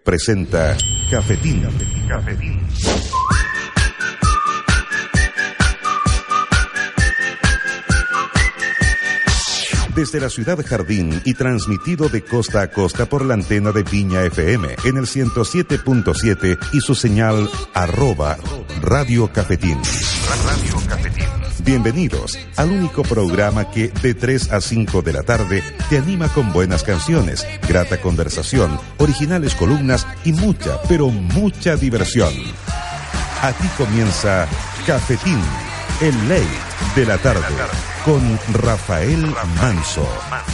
presenta Cafetín. Desde la ciudad Jardín y transmitido de costa a costa por la antena de Viña FM en el 107.7 y su señal @Radio Cafetín. Bienvenidos al único programa que de 3 a 5 de la tarde te anima con buenas canciones, grata conversación, originales columnas y mucha, pero mucha diversión. Aquí comienza Cafetín, el ley de la tarde, con Rafael Manso.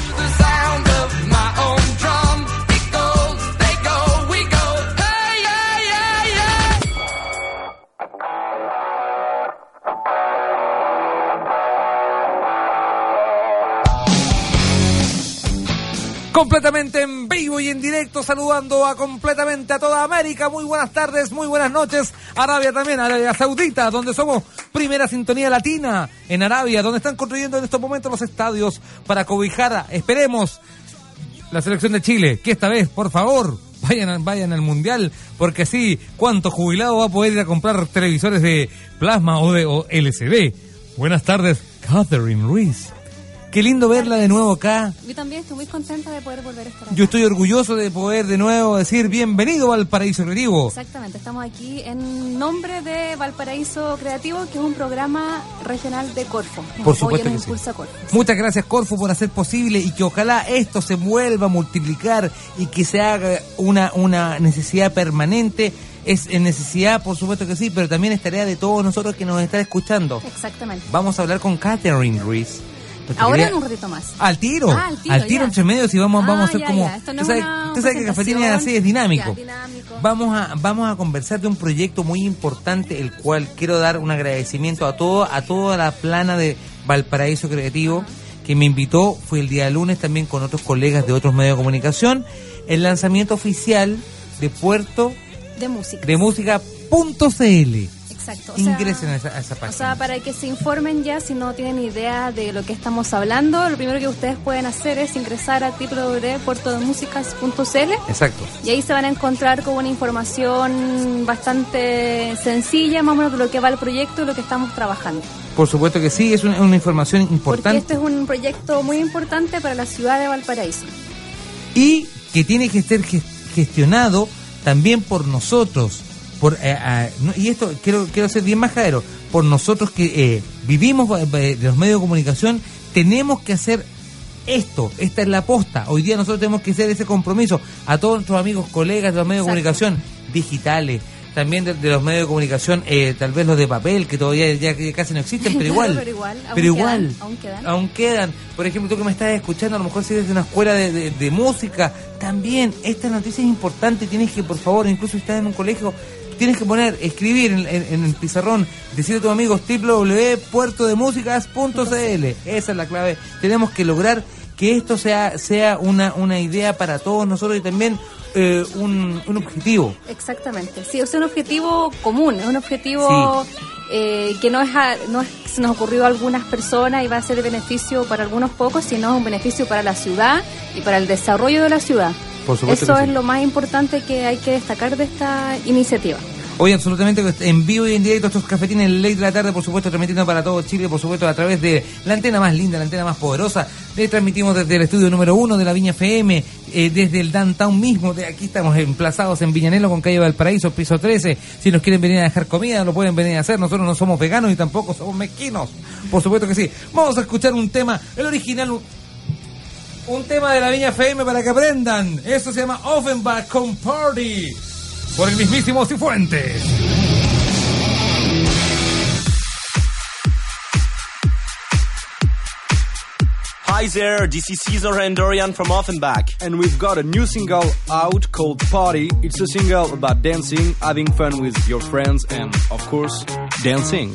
Completamente en vivo y en directo, saludando completamente a toda América. Muy buenas tardes, muy buenas noches. Arabia también, Arabia Saudita, donde somos primera sintonía latina en Arabia, donde están construyendo en estos momentos los estadios para cobijar, esperemos, la selección de Chile, que esta vez, por favor, vayan al Mundial, porque así, ¿cuánto jubilado va a poder ir a comprar televisores de plasma o LCD? Buenas tardes, Catherine Ruiz. Qué lindo verla de nuevo acá. Yo también estoy muy contenta de poder volver a estar acá. Yo estoy orgulloso de poder de nuevo decir bienvenido Valparaíso Creativo. Exactamente, estamos aquí en nombre de Valparaíso Creativo, que es un programa regional de Corfo. Por supuesto que sí. Corfo. Muchas gracias, Corfo, por hacer posible y que ojalá esto se vuelva a multiplicar y que se haga una necesidad permanente. Es necesidad, por supuesto que sí, pero también es tarea de todos nosotros que nos están escuchando. Exactamente. Vamos a hablar con Catherine Ruiz. Ahora en un ratito más. Al tiro entre medios y vamos a hacer como... Esto no usted sabe que Cafetín es así, es dinámico. Dinámico. Vamos a conversar de un proyecto muy importante, el cual quiero dar un agradecimiento a toda la plana de Valparaíso Creativo, que me invitó, fue el día lunes también con otros colegas de otros medios de comunicación, el lanzamiento oficial de Puerto de Música.cl. Exacto. Ingresen a esa página. O sea, para que se informen ya, si no tienen idea de lo que estamos hablando, lo primero que ustedes pueden hacer es ingresar a www.puertodemusicas.cl. Exacto. Y ahí se van a encontrar con una información bastante sencilla, más o menos de lo que va el proyecto y lo que estamos trabajando. Por supuesto que sí, es una información importante. Porque este es un proyecto muy importante para la ciudad de Valparaíso. Y que tiene que ser gestionado también por nosotros. Y esto quiero ser bien majadero, por nosotros que vivimos de los medios de comunicación, tenemos que hacer esto, esta es la posta. Hoy día nosotros tenemos que hacer ese compromiso a todos nuestros amigos, colegas de los medios de comunicación digitales, también de los medios de comunicación, tal vez los de papel, que todavía ya casi no existen, pero igual, aún quedan. Por ejemplo, tú que me estás escuchando, a lo mejor si eres de una escuela de música, también esta noticia es importante. Tienes que, por favor, incluso si estás en un colegio, tienes que escribir en el pizarrón, decirle a tus amigos www.puertodemusicas.cl. Esa es la clave. Tenemos que lograr que esto sea una idea para todos nosotros y también un objetivo. Exactamente. Sí, es un objetivo común, es un objetivo que no se nos ocurrió a algunas personas y va a ser de beneficio para algunos pocos, sino es un beneficio para la ciudad y para el desarrollo de la ciudad. Por supuesto. Eso es lo más importante que hay que destacar de esta iniciativa. Hoy absolutamente en vivo y en directo estos cafetines en ley de la tarde, por supuesto transmitiendo para todo Chile, por supuesto a través de la antena más linda, la antena más poderosa. Le transmitimos desde el estudio número 1 de la Viña FM, desde el downtown mismo. De aquí estamos emplazados en Viñanelo con calle Valparaíso, piso 13. Si nos quieren venir a dejar comida, lo pueden venir a hacer. Nosotros no somos veganos y tampoco somos mezquinos. Por supuesto que sí. Vamos a escuchar un tema, el original, un tema de la Viña FM para que aprendan. Esto se llama Offenbach con Party, por el mismísimo Cifuentes. Hi there, this is Cesar and Dorian from Offenbach. And we've got a new single out called Party. It's a single about dancing, having fun with your friends and, of course, dancing.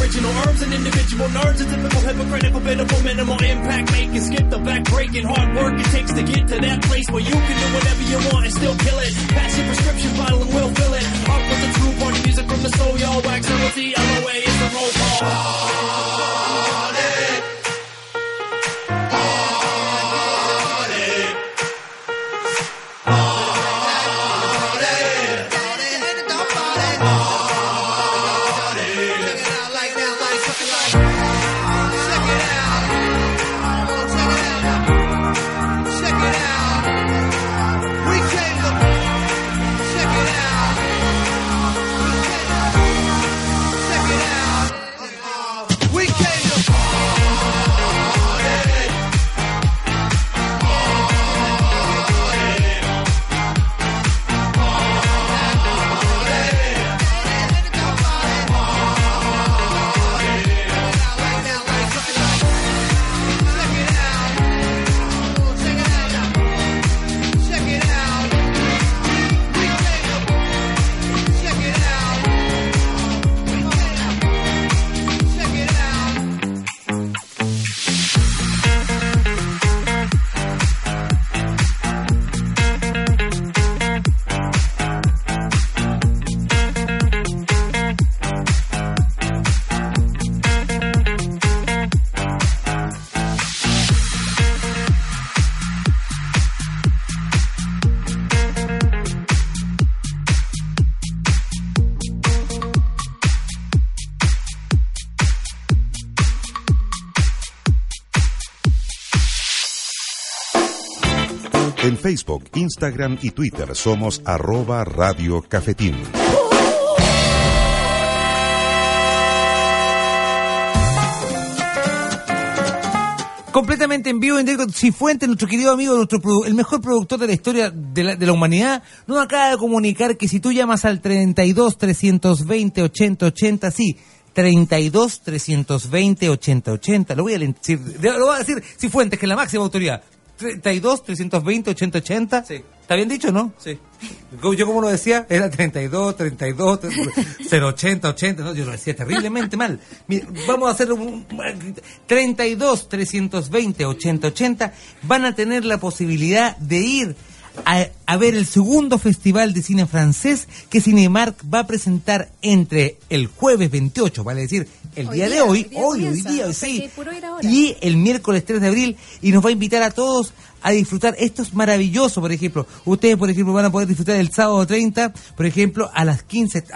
original herbs and individual nerves. A typical hypocritical, pitiful, minimal impact. Make it skip the back breaking hard work it takes to get to that place where you can do whatever you want and still kill it. Pass your prescription bottle and we'll fill it. Up with the true party music from the soul, y'all. Wax LOT, LOA is the roll call. En Facebook, Instagram y Twitter somos @Radio Cafetín. Completamente en vivo, en directo. Cifuentes, nuestro querido amigo, el mejor productor de la historia de la humanidad, nos acaba de comunicar que si tú llamas al 32 320 80 80, sí, 32 320 80 80, lo voy a decir Cifuentes, que es la máxima autoridad. 32 320 80 80. Sí. ¿Está bien dicho, no? Sí. Yo como lo decía, era 32 080 80, no, yo lo decía terriblemente mal. Mira, vamos a hacer 32 320 80 80, van a tener la posibilidad de ir a ver el segundo festival de cine francés que Cinemark va a presentar entre el jueves 28, vale decir, el día de hoy, sí, y el miércoles 3 de abril, y nos va a invitar a todos a disfrutar. Esto es maravilloso, por ejemplo. Ustedes, por ejemplo, van a poder disfrutar el sábado 30, por ejemplo, a las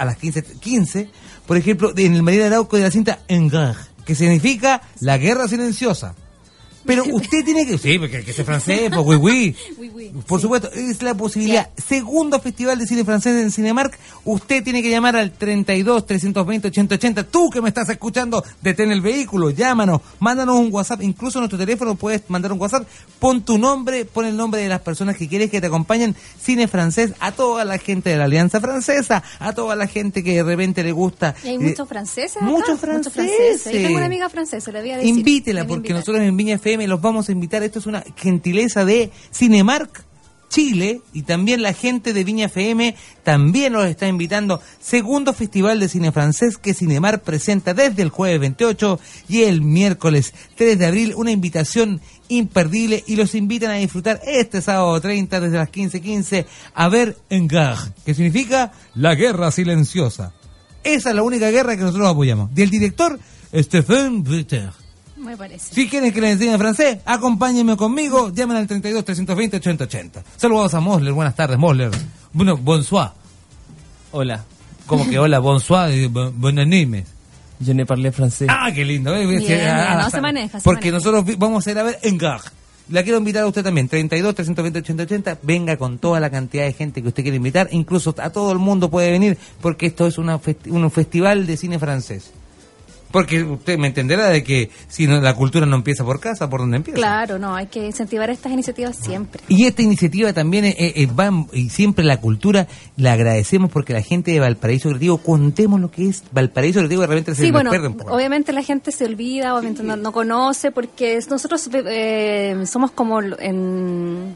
15, por ejemplo, en el Marina Arauco de la cinta Engage, que significa la guerra silenciosa. Pero usted tiene que... Sí, porque es francés, pues, oui. Por supuesto, es la posibilidad. Segundo festival de cine francés en Cinemark. Usted tiene que llamar al 32 320 80 80. Tú que me estás escuchando, detén el vehículo, llámanos, mándanos un WhatsApp. Incluso en nuestro teléfono puedes mandar un WhatsApp. Pon tu nombre, pon el nombre de las personas que quieres que te acompañen. Cine francés, a toda la gente de la Alianza Francesa, a toda la gente que de repente le gusta. ¿Y hay muchos franceses acá? Muchos franceses. Yo tengo una amiga francesa, le voy a decir. Invítela, porque nosotros en Viña FM los vamos a invitar. Esto es una gentileza de Cinemark Chile, y también la gente de Viña FM también los está invitando. Segundo festival de cine francés que Cinemark presenta desde el jueves 28 y el miércoles 3 de abril. Una invitación imperdible, y los invitan a disfrutar este sábado 30 desde las 15:15 a ver Engage, que significa la guerra silenciosa. Esa es la única guerra que nosotros apoyamos. Del director Stéphane Britter. Me parece. Si quieren que les enseñe francés, acompáñenme conmigo, llamen al 32 320 80 80. Saludos a Mosler, buenas tardes, Mosler. Bueno, bonsoir. Hola. Como que hola, bonsoir, bon anime. Je ne parle francés. Ah, qué lindo. Bien, no se maneja. Porque nosotros vamos a ir a ver Engage. La quiero invitar a usted también, 32 320 80 80. Venga con toda la cantidad de gente que usted quiere invitar, incluso a todo el mundo puede venir, porque esto es un festival de cine francés. Porque usted me entenderá de que si no, la cultura no empieza por casa, ¿por dónde empieza? Claro, no, hay que incentivar estas iniciativas siempre. Y esta iniciativa también va, y siempre la cultura la agradecemos, porque la gente de Valparaíso Creativo, contemos lo que es Valparaíso Creativo, de repente se nos pierde un poco. Obviamente la gente se olvida, obviamente no conoce, porque nosotros somos como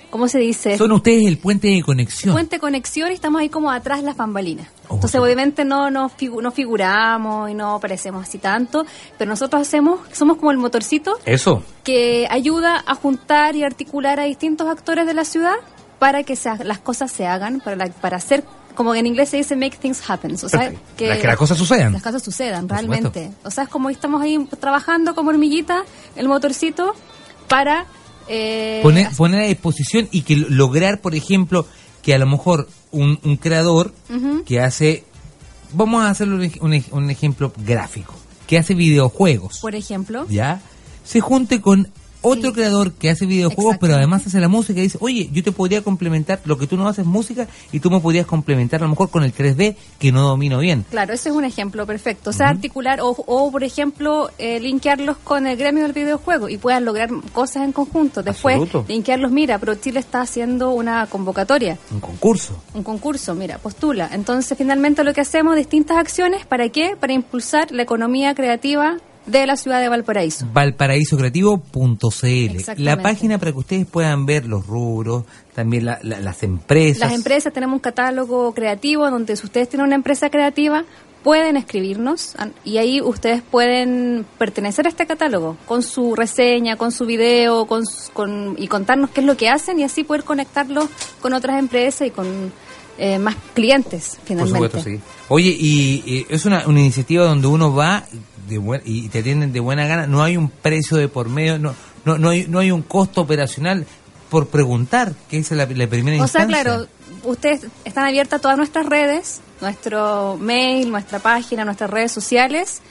¿cómo se dice? Son ustedes el puente de conexión. Puente de conexión y estamos ahí como atrás las bambalinas. Entonces, sí. obviamente no figuramos y no aparecemos así tanto, pero nosotros somos como el motorcito Eso. que ayuda a juntar y articular a distintos actores de la ciudad para que las cosas se hagan, para hacer, como en inglés se dice, make things happen. O sea, que las cosas sucedan. Las cosas sucedan, Por realmente. supuesto. O sea, es como estamos ahí trabajando como hormiguita, el motorcito, para... poner a disposición y que lograr, por ejemplo, que a lo mejor un creador que hace, vamos a hacerle un ejemplo gráfico, que hace videojuegos, por ejemplo, ya se junte con otro creador que hace videojuegos, pero además hace la música y dice, oye, yo te podría complementar lo que tú no haces música y tú me podrías complementar a lo mejor con el 3D que no domino bien. Claro, ese es un ejemplo perfecto. O sea, articular o por ejemplo, linkearlos con el gremio del videojuego y puedan lograr cosas en conjunto. Después, linkearlos, mira, pero Chile está haciendo una convocatoria. Un concurso, mira, postula. Entonces, finalmente lo que hacemos, distintas acciones, ¿para qué? Para impulsar la economía creativa de la ciudad de Valparaíso. Valparaísocreativo.cl. La página para que ustedes puedan ver los rubros, también las empresas. Las empresas, tenemos un catálogo creativo donde si ustedes tienen una empresa creativa, pueden escribirnos y ahí ustedes pueden pertenecer a este catálogo con su reseña, con su video, y contarnos qué es lo que hacen y así poder conectarlos con otras empresas y con más clientes, finalmente. Por supuesto, sí. Oye, y es una iniciativa donde uno va y te atienden de buena gana, no hay un precio de por medio, no hay un costo operacional por preguntar, que esa es la primera instancia. O sea, claro, ustedes están abiertas todas nuestras redes, nuestro mail, nuestra página, nuestras redes sociales,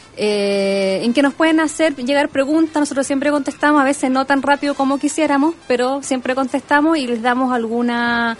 en que nos pueden hacer llegar preguntas. Nosotros siempre contestamos, a veces no tan rápido como quisiéramos, pero siempre contestamos y les damos alguna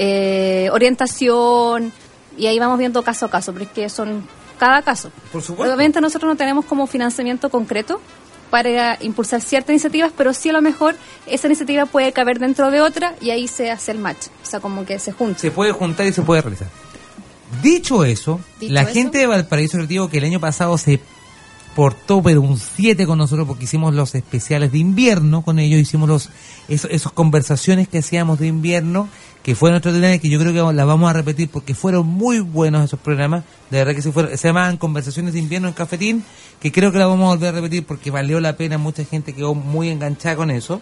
orientación y ahí vamos viendo caso a caso, porque son cada caso. Por supuesto. Obviamente nosotros no tenemos como financiamiento concreto para impulsar ciertas iniciativas, pero sí a lo mejor esa iniciativa puede caber dentro de otra y ahí se hace el match, o sea, como que se junta. Se puede juntar y se puede realizar. Dicho eso, gente de Valparaíso Creativo, que el año pasado se portó pero un 7 con nosotros porque hicimos los especiales de invierno con ellos, hicimos esos conversaciones que hacíamos de invierno, que fue nuestro tema, que yo creo que la vamos a repetir porque fueron muy buenos esos programas, de verdad que se llamaban Conversaciones de Invierno en Cafetín, que creo que la vamos a volver a repetir porque valió la pena, mucha gente quedó muy enganchada con eso.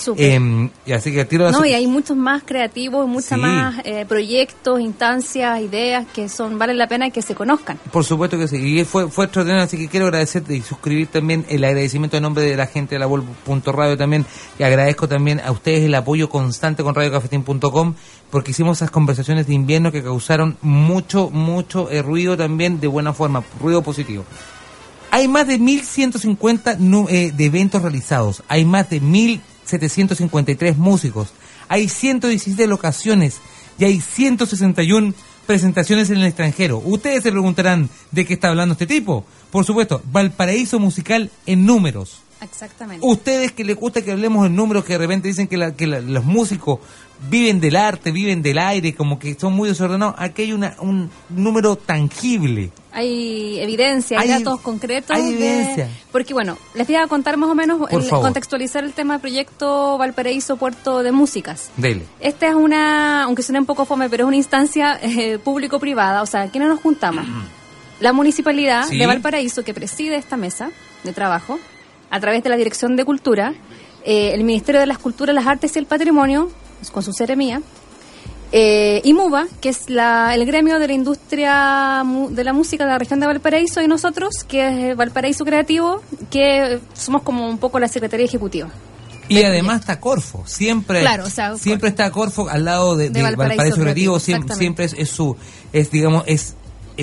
Y así que tiro y hay muchos más creativos, muchos más proyectos, instancias, ideas que valen la pena que se conozcan. Por supuesto que sí, y fue extraordinario, así que quiero agradecerte y suscribir también el agradecimiento en nombre de la gente de la Vol.radio también, y agradezco también a ustedes el apoyo constante con radiocafetín.com, porque hicimos esas conversaciones de invierno que causaron mucho ruido también, de buena forma, ruido positivo. Hay más de 1.150 de eventos realizados, hay más de 1.753 músicos, hay 117 locaciones y hay 161 presentaciones en el extranjero. Ustedes se preguntarán de qué está hablando este tipo. Por supuesto, Valparaíso Musical en números. Exactamente. Ustedes que les gusta que hablemos en números, que de repente dicen que los músicos viven del arte, viven del aire, como que son muy desordenados. Aquí hay un número tangible. Hay evidencia, hay datos concretos. Hay evidencia. Porque bueno, les voy a contar más o menos, contextualizar el tema del proyecto Valparaíso Puerto de Músicas. Dele. Esta es aunque suene un poco fome, pero es una instancia público-privada. O sea, ¿quiénes nos juntamos? La Municipalidad de Valparaíso, que preside esta mesa de trabajo, a través de la Dirección de Cultura, el Ministerio de las Culturas, las Artes y el Patrimonio, con su seremía, y MUBA, que es el gremio de la industria de la música de la región de Valparaíso, y nosotros, que es Valparaíso Creativo, que somos como un poco la Secretaría Ejecutiva. Y además está Corfo, siempre está Corfo al lado de Valparaíso Creativo, siempre es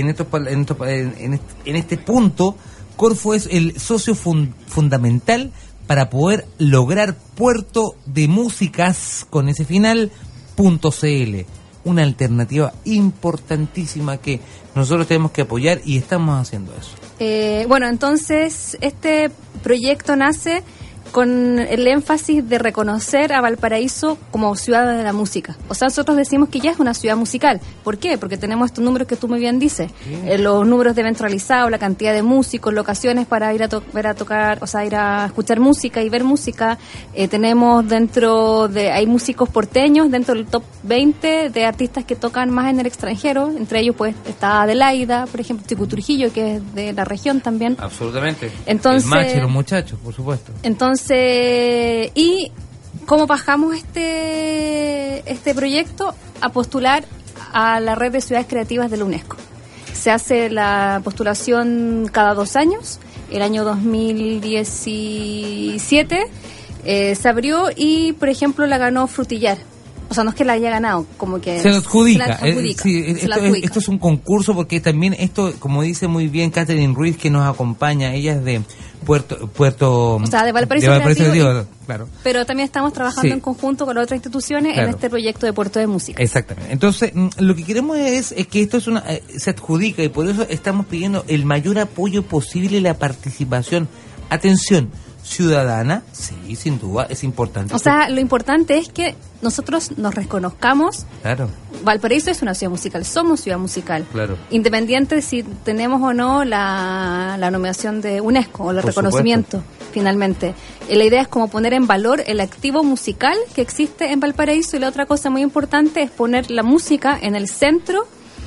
en este punto, Corfo es el socio fundamental para poder lograr Puerto de Músicas con ese final .cl, una alternativa importantísima que nosotros tenemos que apoyar y estamos haciendo eso. Bueno, entonces este proyecto nace con el énfasis de reconocer a Valparaíso como ciudad de la música. O sea, nosotros decimos que ya es una ciudad musical. ¿Por qué? Porque tenemos estos números que tú muy bien dices. Los números de evento realizados, la cantidad de músicos, locaciones para ir a tocar, o sea, ir a escuchar música y ver música. Tenemos hay músicos porteños dentro del top 20 de artistas que tocan más en el extranjero. Entre ellos, pues, está Adelaida, por ejemplo, Tico Trujillo, que es de la región también. Absolutamente. Entonces, el macho y los muchachos, por supuesto. Entonces, ¿y cómo bajamos este proyecto? A postular a la red de ciudades creativas de la UNESCO. Se hace la postulación cada 2 años. El año 2017 se abrió y, por ejemplo, la ganó Frutillar. O sea, no es que la haya ganado, como que... Se lo adjudica. Sí, esto es un concurso porque también esto, como dice muy bien Catherine Ruiz, que nos acompaña, ella es de Puerto... O sea, de Valparaíso Creativo, claro. Pero también estamos trabajando en conjunto con las otras instituciones en este proyecto de Puerto de Música. Exactamente. Entonces, lo que queremos es que esto se adjudica y por eso estamos pidiendo el mayor apoyo posible y la participación. Atención, ciudadana, sí, sin duda, es importante. O sea, lo importante es que nosotros nos reconozcamos. Claro. Valparaíso es una ciudad musical, somos ciudad musical. Claro. Independiente de si tenemos o no la nominación de UNESCO o el reconocimiento, finalmente. La idea es como poner en valor el activo musical que existe en Valparaíso, y la otra cosa muy importante es poner la música en el centro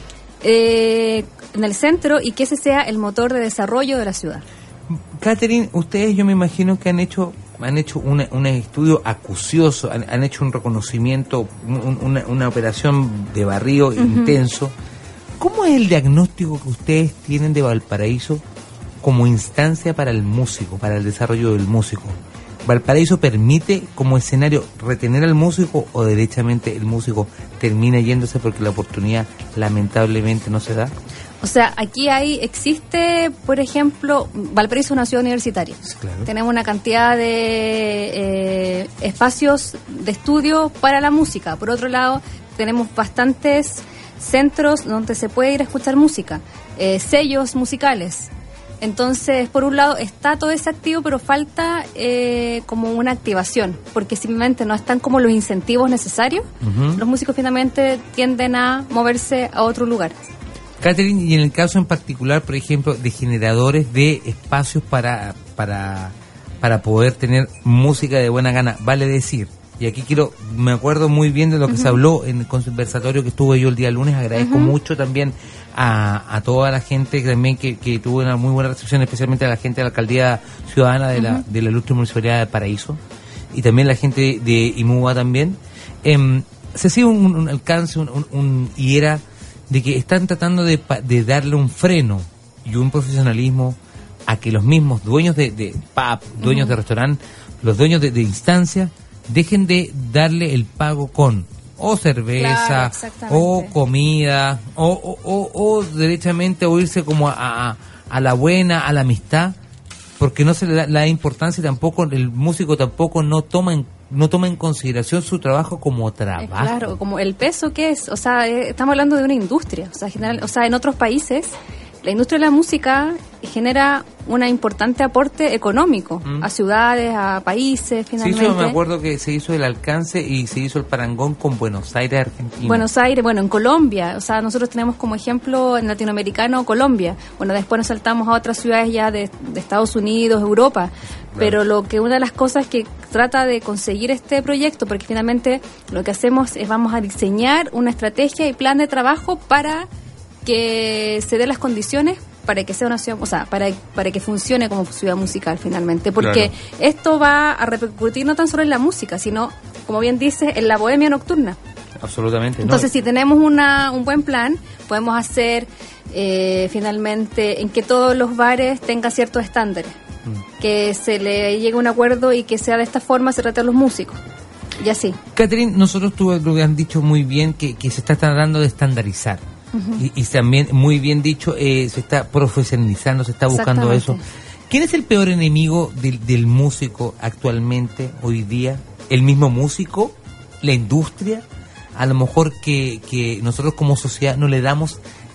y que ese sea el motor de desarrollo de la ciudad. Catherine, ustedes yo me imagino que han hecho un estudio acucioso, han hecho un reconocimiento, una operación de barrio intenso. ¿Cómo es el diagnóstico que ustedes tienen de Valparaíso como instancia para el músico, para el desarrollo del músico? ¿Valparaíso permite como escenario retener al músico o derechamente el músico termina yéndose porque la oportunidad lamentablemente no se da? O sea, aquí existe, por ejemplo, Valparaíso es una ciudad universitaria. Claro. Tenemos una cantidad de espacios de estudio para la música. Por otro lado, tenemos bastantes centros donde se puede ir a escuchar música, sellos musicales. Entonces, por un lado, está todo ese activo, pero falta como una activación, porque simplemente no están como los incentivos necesarios. Los músicos finalmente tienden a moverse a otro lugar. Catherine, y en el caso en particular, por ejemplo, de generadores de espacios para poder tener música de buena gana, vale decir, y aquí me acuerdo muy bien de lo que se habló en el conversatorio que estuve yo el día lunes, agradezco mucho también a toda la gente también que tuvo una muy buena recepción, especialmente a la gente de la Alcaldía Ciudadana de la Ilustre Municipalidad de Paraíso, y también la gente de IMUBA también. Se sigue un alcance, y era de que están tratando de darle un freno y un profesionalismo a que los mismos dueños de pub, dueños de restaurante, los dueños de instancias, dejen de darle el pago con o cerveza, o comida, o derechamente o irse como a la buena, a la amistad, porque no se le da la importancia y tampoco el músico tampoco no toma en consideración su trabajo como trabajo. Claro, como el peso que es, o sea, estamos hablando de una industria, o sea, en otros países la industria de la música genera un importante aporte económico a ciudades, a países, finalmente. Sí, me acuerdo que se hizo el alcance y se hizo el parangón con Buenos Aires, Argentina. Buenos Aires, bueno, en Colombia, o sea, nosotros tenemos como ejemplo en latinoamericano Colombia. Bueno, después nos saltamos a otras ciudades ya de Estados Unidos, Europa. Claro. Pero una de las cosas que trata de conseguir este proyecto, porque finalmente lo que hacemos es vamos a diseñar una estrategia y plan de trabajo para que se den las condiciones para que sea una ciudad, o sea, para que funcione como ciudad musical finalmente, porque esto va a repercutir no tan solo en la música, sino, como bien dices, en la bohemia nocturna. Absolutamente. Entonces, si tenemos un buen plan, podemos hacer finalmente en que todos los bares tengan ciertos estándares, que se le llegue a un acuerdo y que sea de esta forma se trate a los músicos. Y así. Catherine, nosotros lo que han dicho muy bien, que se está tratando de estandarizar. Y también, muy bien dicho, se está profesionalizando, se está buscando eso. ¿Quién es el peor enemigo del músico actualmente, hoy día? ¿El mismo músico? ¿La industria? A lo mejor que nosotros como sociedad no le damos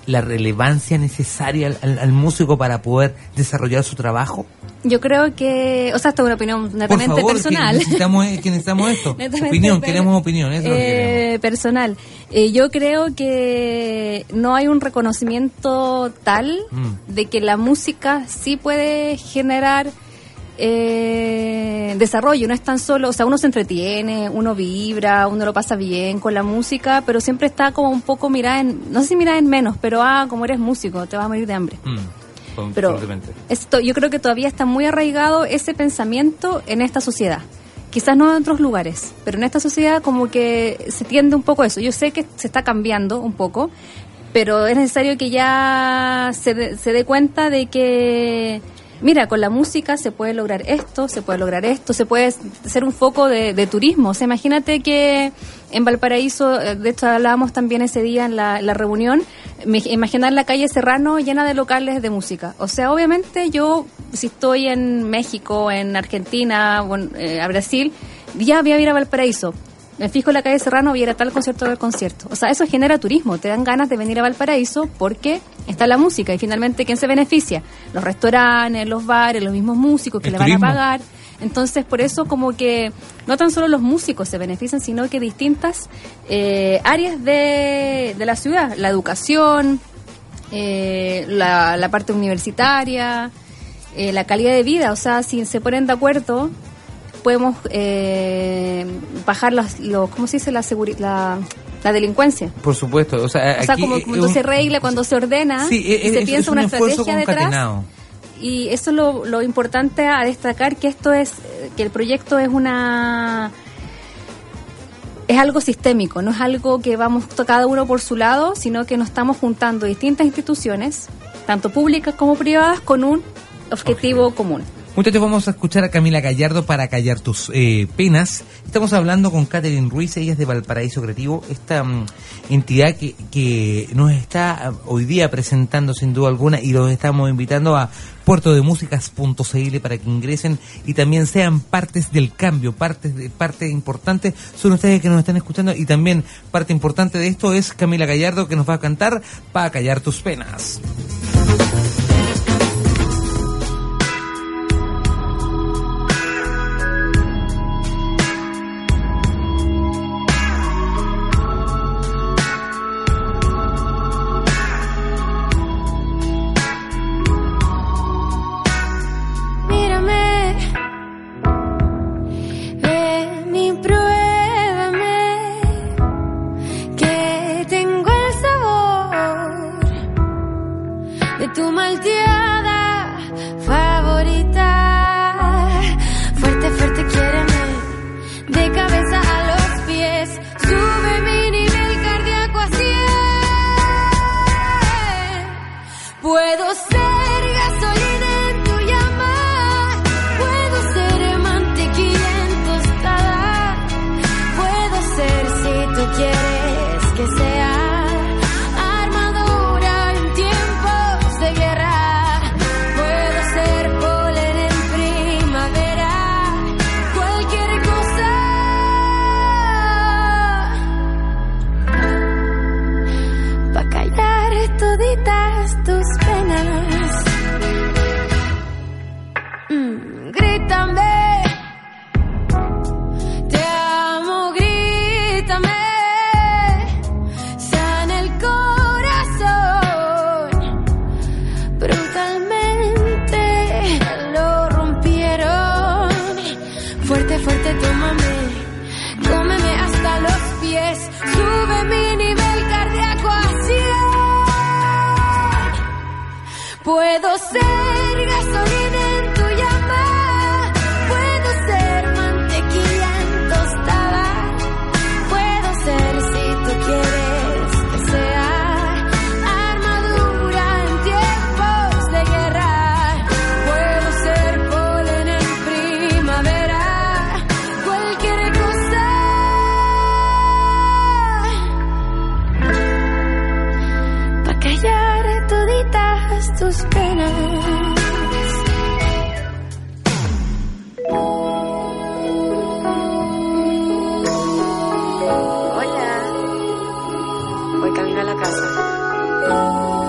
la relevancia necesaria al músico para poder desarrollar su trabajo? Yo creo que, o sea, esto es una opinión netamente Por favor, personal. Que necesitamos esto. Opinión, queremos opinión. Eso es lo que queremos. Personal. Yo creo que no hay un reconocimiento tal de que la música sí puede generar desarrollo. No es tan solo, o sea, uno se entretiene, uno vibra, uno lo pasa bien con la música, pero siempre está como un poco mirada en, no sé si mirada en menos, pero como eres músico, te vas a morir de hambre. Pero esto, yo creo que todavía está muy arraigado ese pensamiento en esta sociedad. Quizás no en otros lugares, pero en esta sociedad como que se tiende un poco a eso. Yo sé que se está cambiando un poco, pero es necesario que ya se dé cuenta de que, mira, con la música se puede lograr esto, se puede ser un foco de turismo. O sea, imagínate que en Valparaíso, de hecho hablábamos también ese día en la reunión, imaginar la calle Serrano llena de locales de música. O sea, obviamente yo, si estoy en México, en Argentina, o a Brasil, ya voy a ir a Valparaíso. Me fijo en la calle Serrano, voy a ir a tal concierto. O sea, eso genera turismo, te dan ganas de venir a Valparaíso porque está la música. Y finalmente, ¿quién se beneficia? Los restaurantes, los bares, los mismos músicos que le van a pagar. Entonces, por eso como que no tan solo los músicos se benefician, sino que distintas áreas de la ciudad. La educación, la parte universitaria, la calidad de vida. O sea, si se ponen de acuerdo, podemos bajar ¿cómo se dice? La delincuencia. Por supuesto. O sea, aquí como cuando se regla, cuando se ordena, se piensa una estrategia detrás. Y eso es lo importante a destacar, que que el proyecto es algo sistémico, no es algo que vamos cada uno por su lado, sino que nos estamos juntando distintas instituciones, tanto públicas como privadas, con un objetivo común. Muchachos, vamos a escuchar a Camila Gallardo para callar tus penas. Estamos hablando con Catherine Ruiz, ella es de Valparaíso Creativo, esta entidad que nos está hoy día presentando sin duda alguna, y los estamos invitando a puertodemusicas.cl para que ingresen y también sean partes del cambio, parte importante son ustedes que nos están escuchando, y también parte importante de esto es Camila Gallardo, que nos va a cantar para callar tus penas. Puedo ser gasolina en tu llama, puedo ser mantequilla en tostada, puedo ser, si tú quieres que sea, armadura en tiempos de guerra, puedo ser polen en primavera, cualquier cosa, pa' callar toditas tus penas. Hola, voy camino a la casa.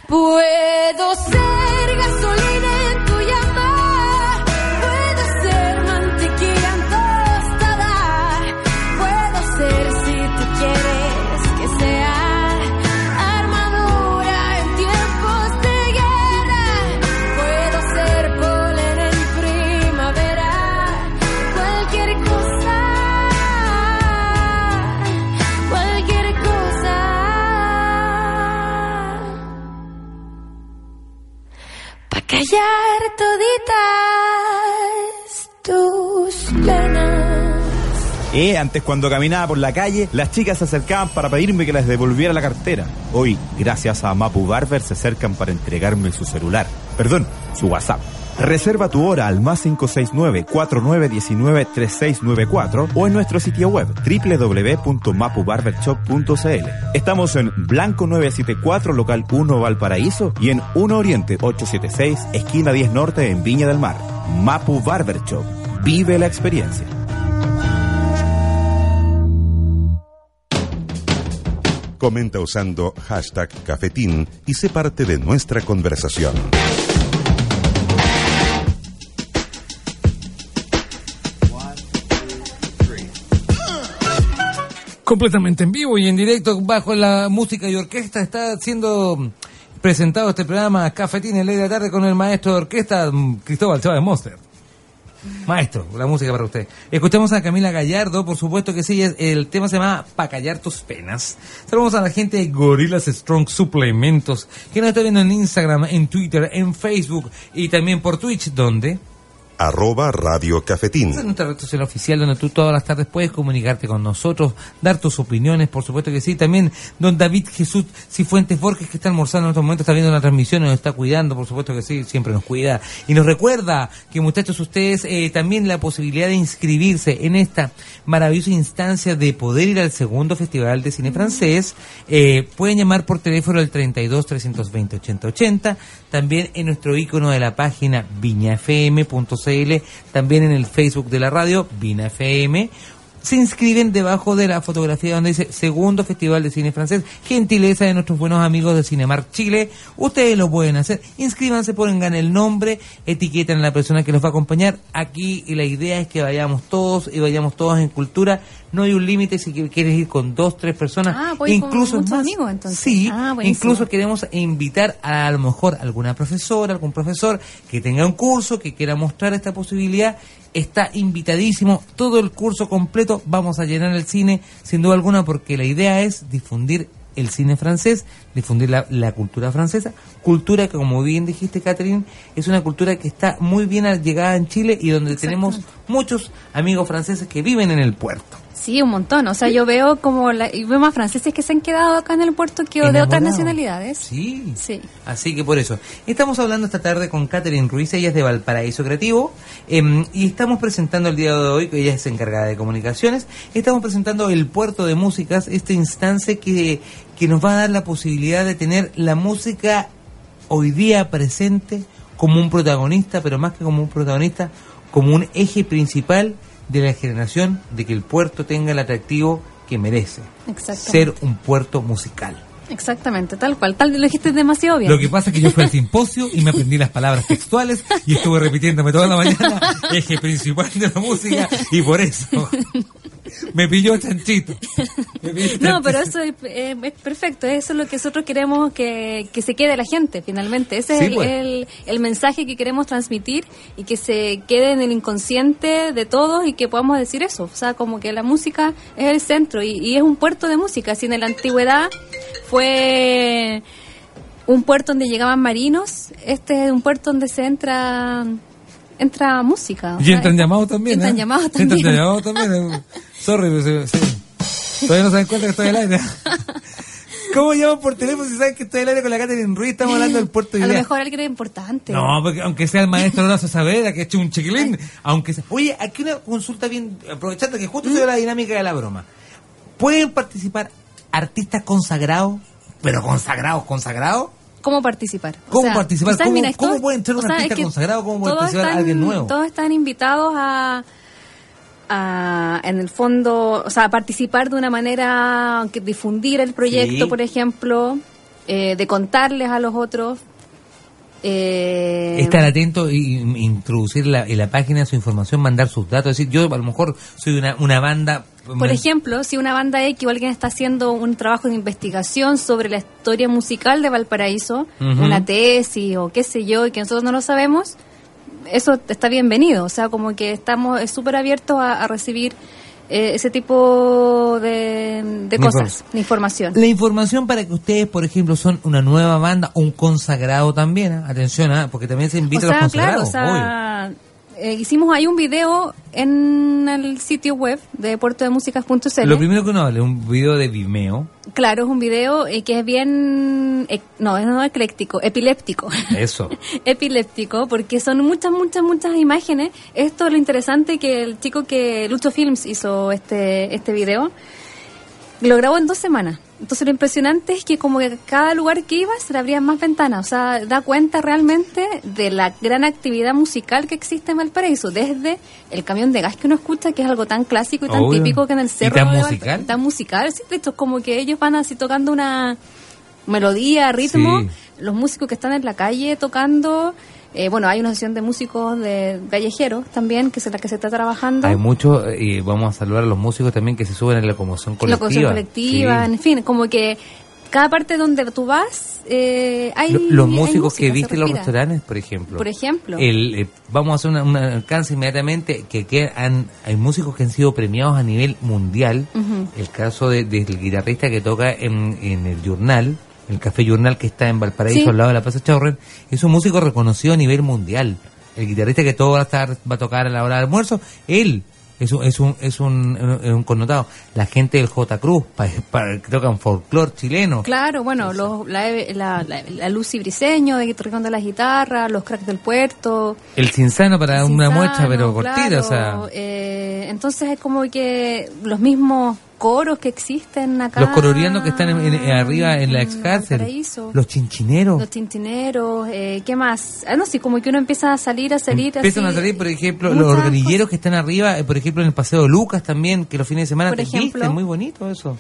Puedo ser gasolina en tu llama, puedo ser mantequilla en tostada, puedo ser si tú quieres que sea armadura en tiempos de guerra, puedo ser polen en primavera, cualquier cosa, cualquier cosa. Pa' callar toditas tus penas. Antes cuando caminaba por la calle, las chicas se acercaban para pedirme que les devolviera la cartera. Hoy, gracias a Mapu Barber, se acercan para entregarme su celular. Perdón, su WhatsApp. Reserva tu hora al más 569-4919-3694 o en nuestro sitio web www.mapubarbershop.cl. Estamos en Blanco 974, local 1 Valparaíso y en 1 Oriente 876, esquina 10 Norte en Viña del Mar. Mapu Barber Shop. Vive la experiencia. Comenta usando #Cafetín y sé parte de nuestra conversación. Completamente en vivo y en directo bajo la música y orquesta está siendo presentado este programa Cafetín en Ley de la Tarde con el maestro de orquesta Cristóbal Chávez Monster. Maestro, la música para usted. Escuchamos a Camila Gallardo, por supuesto que sí, el tema se llama Pa' callar tus penas. Saludamos a la gente de Gorillas Strong Suplementos, que nos está viendo en Instagram, en Twitter, en Facebook y también por Twitch, ¿dónde? @Radio Cafetín. Esa es nuestra red social oficial donde tú todas las tardes puedes comunicarte con nosotros, dar tus opiniones, por supuesto que sí. También don David Jesús Cifuentes Borges, que está almorzando en estos momentos, está viendo la transmisión, nos está cuidando, por supuesto que sí, siempre nos cuida. Y nos recuerda que, muchachos, ustedes también la posibilidad de inscribirse en esta maravillosa instancia de poder ir al segundo Festival de Cine Francés. Pueden llamar por teléfono al 32-320-8080, también en nuestro icono de la página viñafm.cl, también en el Facebook de la radio, Vina FM. Se inscriben debajo de la fotografía donde dice Segundo Festival de Cine Francés, gentileza de nuestros buenos amigos de Cinemark Chile. Ustedes lo pueden hacer, inscríbanse, pongan el nombre, etiquetan a la persona que los va a acompañar aquí, y la idea es que vayamos todos y vayamos todos en cultura. No hay un límite si quieres ir con 2, 3 personas, incluso con muchos más. amigos, entonces. Sí, Buenísimo. incluso queremos invitar a lo mejor alguna profesora, algún profesor que tenga un curso, que quiera mostrar esta posibilidad. Está invitadísimo, todo el curso completo. Vamos a llenar el cine, sin duda alguna, porque la idea es difundir el cine francés, difundir la cultura francesa, cultura que, como bien dijiste, Catherine, es una cultura que está muy bien llegada en Chile y donde tenemos muchos amigos franceses que viven en el puerto. Sí, un montón. O sea, yo veo y veo más franceses que se han quedado acá en el puerto que de otras nacionalidades. Sí. Sí. Así que por eso. Estamos hablando esta tarde con Catherine Ruiz, ella es de Valparaíso Creativo, y estamos presentando el día de hoy, que ella es encargada de comunicaciones, estamos presentando el Puerto de Músicas, esta instancia que nos va a dar la posibilidad de tener la música hoy día presente como un protagonista, pero más que como un protagonista, como un eje principal de la generación, de que el puerto tenga el atractivo que merece. Ser un puerto musical. Exactamente, tal cual. Lo dijiste demasiado bien. Lo que pasa es que yo fui al simposio y me aprendí las palabras textuales y estuve repitiéndome toda la mañana, eje principal de la música, y por eso me pilló chanchito. No, pero eso es perfecto. Eso es lo que nosotros queremos que se quede la gente, finalmente. Ese es el mensaje que queremos transmitir, y que se quede en el inconsciente de todos y que podamos decir eso. O sea, como que la música es el centro y es un puerto de música. Si en la antigüedad fue un puerto donde llegaban marinos, este es un puerto donde se entra música. Y entran llamados también. Entran llamados también. Entran llamados también. Sorry, sí. Todavía no se dan cuenta que estoy al aire. ¿Cómo llaman por teléfono si saben que estoy al aire con la Catherine Ruiz? Estamos hablando del puerto de A lo Idea. mejor alguien es importante. No, porque aunque sea el maestro Horacio Saavedra, que ha hecho un chiquilín, aunque sea... Oye, aquí una consulta bien, aprovechando que justo se ve la dinámica de la broma. ¿Pueden participar artistas consagrados, pero consagrados? ¿Cómo participar? ¿Cómo participar? ¿Cómo pueden ser un artista consagrado? ¿Cómo puede participar alguien nuevo? Todos están invitados a en el fondo, o sea, a participar de una manera, difundir el proyecto, por ejemplo, de contarles a los otros. Estar atento y introducir en la página su información, mandar sus datos. Es decir, yo a lo mejor soy una banda. Por ejemplo, si una banda X o alguien está haciendo un trabajo de investigación sobre la historia musical de Valparaíso, una tesis o qué sé yo, y que nosotros no lo sabemos, eso está bienvenido. O sea, como que estamos súper abiertos a recibir ese tipo de cosas, de información. La información para que ustedes, por ejemplo, son una nueva banda o un consagrado también, atención, porque también se invita a los consagrados. Claro, hicimos ahí un video en el sitio web de puertodemúsicas.cl. Lo primero que uno habla, un video de Vimeo. Claro, es un video que es bien, no ecléctico, epiléptico. Eso. Epiléptico, porque son muchas imágenes. Esto es lo interesante, que el chico que Lucho Films hizo este video, lo grabó en 2 semanas. Entonces lo impresionante es que como que cada lugar que iba se le abrían más ventanas. O sea, da cuenta realmente de la gran actividad musical que existe en Valparaíso. Desde el camión de gas que uno escucha, que es algo tan clásico y tan típico que en el cerro. ¿Y tan musical? Tan musical, sí. De hecho, es como que ellos van así tocando una melodía, ritmo. Sí. Los músicos que están en la calle tocando. Bueno, hay una sesión de músicos de callejeros también, que es la que se está trabajando. Hay muchos, y vamos a saludar a los músicos también que se suben en la locomoción colectiva. La locomoción colectiva, sí. En fin, como que cada parte donde tú vas, hay los músicos que viste en los restaurantes, por ejemplo. Por ejemplo. Vamos a hacer un alcance inmediatamente, hay músicos que han sido premiados a nivel mundial. El caso del guitarrista que toca en el Journal, el Café Journal, que está en Valparaíso, sí, al lado de la Plaza Chaurren, es un músico reconocido a nivel mundial. El guitarrista que todo va a tocar a la hora del almuerzo, él es un connotado. La gente del J. Cruz, que tocan folclore chileno. Claro, bueno, la Lucy Briseño, de Torreón de la Guitarra, los Cracks del Puerto. El Cinzano, para una muestra, pero cortita, claro, o sea. Entonces es como que los mismos coros que existen acá. Los colorianos que están arriba en la ex cárcel. Los chinchineros. ¿Qué más? No sé, como que uno empieza a salir. Empiezan a salir, por ejemplo, los organilleros que están arriba, por ejemplo, en el Paseo de Lucas también, que los fines de semana te visten, muy bonito eso.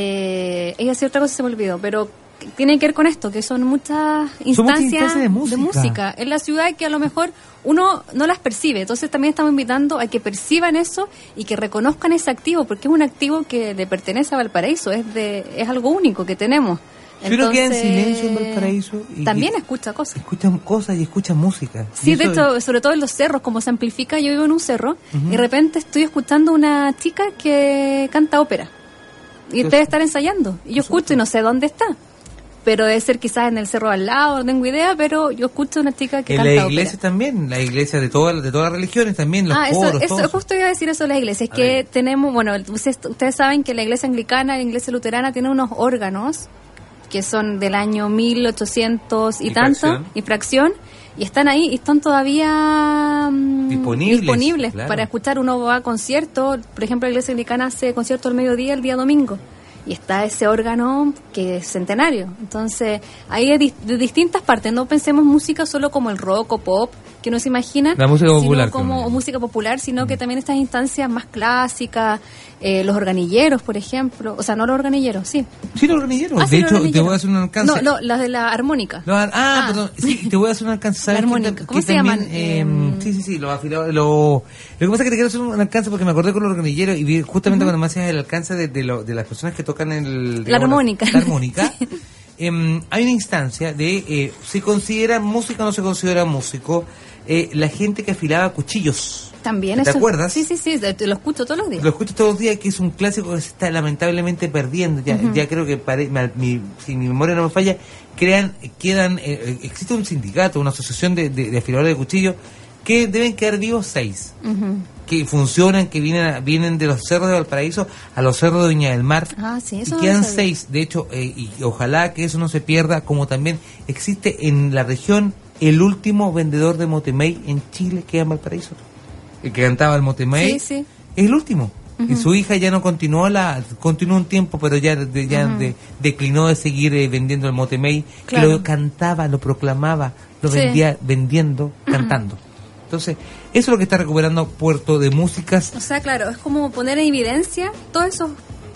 Ella hacía otra cosa, se me olvidó, pero tiene que ver con esto, que son muchas instancias de música en la ciudad que a lo mejor uno no las percibe. Entonces también estamos invitando a que perciban eso y que reconozcan ese activo, porque es un activo que le pertenece a Valparaíso, es algo único que tenemos. Si uno queda en silencio en Valparaíso y también escucha cosas. Escuchan cosas y escucha música. Sí, de hecho, sobre todo en los cerros, como se amplifica. Yo vivo en un cerro y de repente estoy escuchando una chica que canta ópera y debe estar ensayando. Y yo escucho y no sé dónde está. Pero debe ser quizás en el cerro al lado, no tengo idea, pero yo escucho a una chica que canta ópera. En la iglesia también, la iglesia de todas las religiones también, los coros, eso justo iba a decir eso de las iglesias, que tenemos, bueno, ustedes saben que la iglesia anglicana, la iglesia luterana tiene unos órganos que son del año 1800 y tanto, y fracción, y están ahí, y están todavía disponibles claro, para escuchar. Uno va a conciertos, por ejemplo, la iglesia anglicana hace conciertos al mediodía el día domingo. Y está ese órgano que es centenario. Entonces, hay de distintas partes. No pensemos música solo como el rock o pop, que uno se imagina. La música popular. Como música popular, sino que también estas instancias más clásicas, los organilleros, por ejemplo. O sea, no los organilleros, sí. Sí, los organilleros. De hecho, te voy a hacer un alcance. No, las de la armónica. Perdón. Sí, te voy a hacer un alcance. La armónica. ¿Cómo se llaman? Sí, los afilados. Lo que pasa es que te quiero hacer un alcance porque me acordé con los organilleros y vi justamente cuando me hacías el alcance de las personas que tocan la armónica. La armónica. Sí. Hay una instancia de ¿se considera música o no se considera músico? La gente que afilaba cuchillos. También ¿Te acuerdas? Sí, lo escucho todos los días. Lo escucho todos los días, que es un clásico que se está lamentablemente perdiendo. Ya creo que, si mi memoria no me falla, existe un sindicato, una asociación de afiladores de cuchillos, que deben quedar vivos 6. Que funcionan, que vienen de los cerros de Valparaíso a los cerros de Viña del Mar. Sí, eso y quedan 6. De hecho, y ojalá que eso no se pierda, como también existe en la región el último vendedor de motemey en Chile, que es en Valparaíso. El que cantaba el motemey. Sí. Es el último. Y su hija ya no continuó un tiempo, pero ya declinó de seguir vendiendo el motemey. Claro. Que lo cantaba, lo proclamaba, lo vendía vendiendo, cantando. Entonces, eso es lo que está recuperando Puerto de Músicas. O sea, claro, es como poner en evidencia todos esos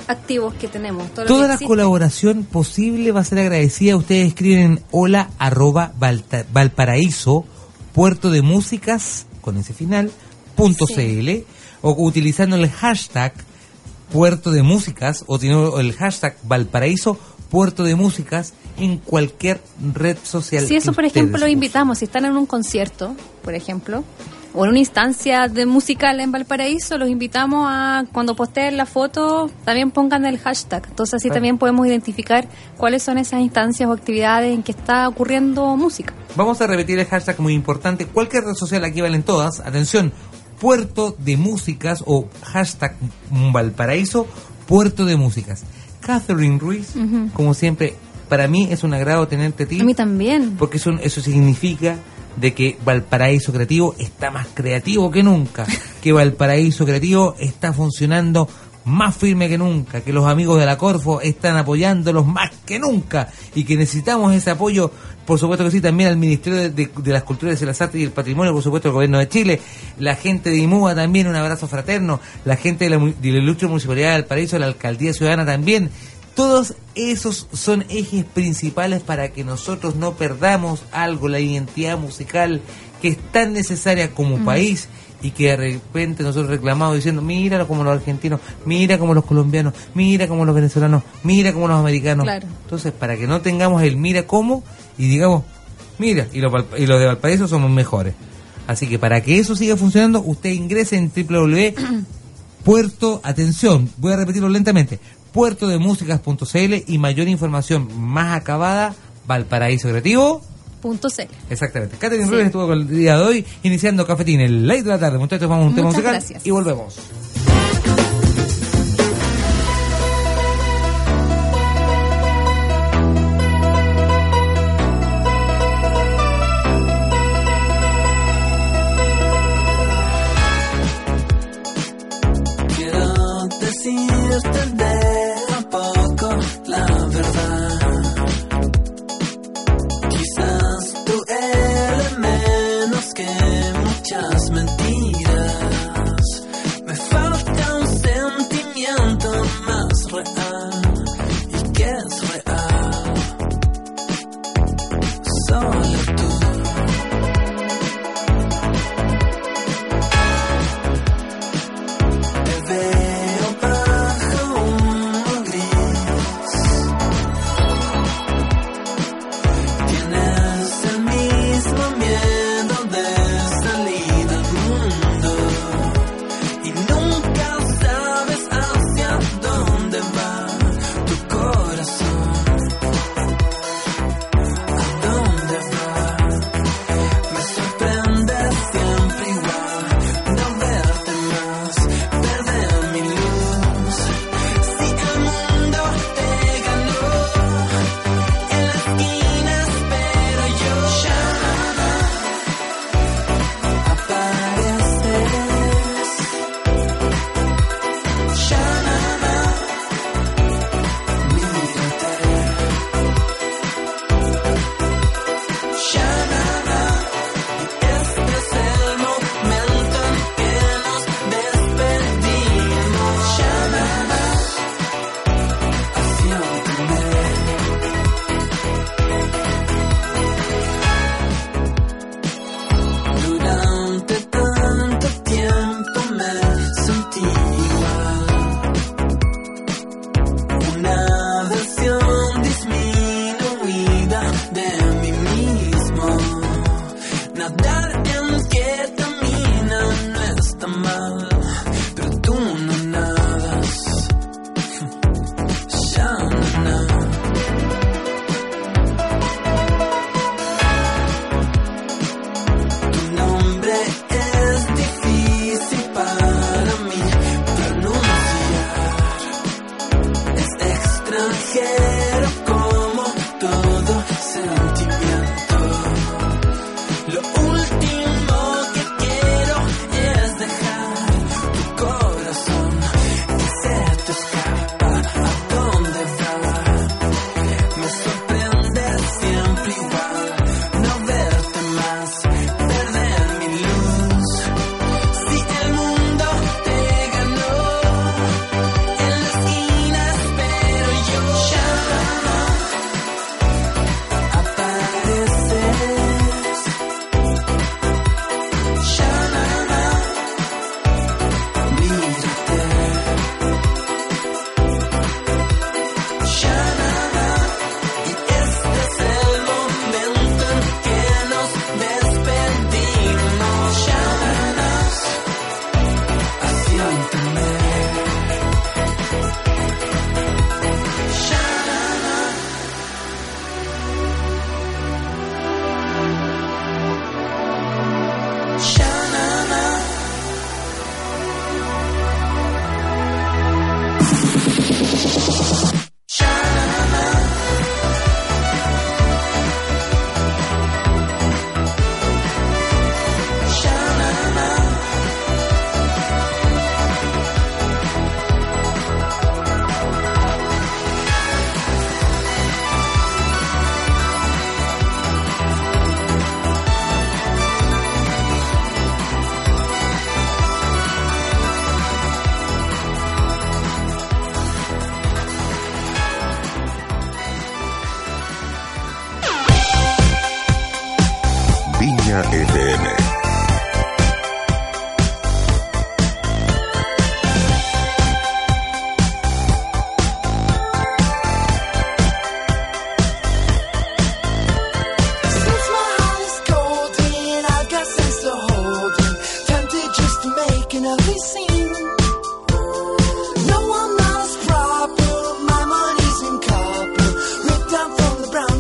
activos que tenemos. Todo lo Toda que la existe. colaboración posible va a ser agradecida. Ustedes escriben hola@valparaíso, puerto de músicas, con ese final, .cl, o utilizando el hashtag puerto de músicas, o teniendo el hashtag Valparaíso, puerto de músicas, en cualquier red social. Si eso, que por ustedes ejemplo, lo usen. invitamos, si están en un concierto, por ejemplo, o en una instancia de musical en Valparaíso, los invitamos a, cuando posteen la foto, también pongan el hashtag. Entonces así también podemos identificar cuáles son esas instancias o actividades en que está ocurriendo música. Vamos a repetir el hashtag muy importante. Cualquier red social, aquí valen todas. Atención, puerto de músicas o hashtag Valparaíso, puerto de músicas. Catherine Ruiz, como siempre, para mí es un agrado tenerte a ti. A mí también. Porque eso significa de que Valparaíso Creativo está más creativo que nunca, que Valparaíso Creativo está funcionando más firme que nunca, que los amigos de la Corfo están apoyándolos más que nunca y que necesitamos ese apoyo, por supuesto que sí, también al Ministerio de las Culturas, de las Artes y el Patrimonio, por supuesto el Gobierno de Chile, la gente de IMUA también, un abrazo fraterno, la gente de la Ilustre Municipalidad de Valparaíso, la Alcaldía Ciudadana también. Todos esos son ejes principales para que nosotros no perdamos algo, la identidad musical que es tan necesaria como país, y que de repente nosotros reclamamos diciendo, mira como los argentinos, mira como los colombianos, mira como los venezolanos, mira como los americanos. Claro. Entonces, para que no tengamos el mira como y digamos, mira, y los de Valparaíso somos mejores. Así que para que eso siga funcionando, usted ingrese en www.puerto, atención, voy a repetirlo lentamente, puertodemusicas.cl, y mayor información más acabada, Valparaíso Creativo. .cl. Exactamente. Catherine Ruiz estuvo con el día de hoy iniciando Cafetín, el late de la tarde. Muchachos, vamos a un tema Muchas musical gracias. y volvemos. Quiero decirte de a poco la verdad. Quizás duele menos que muchas mentiras. Me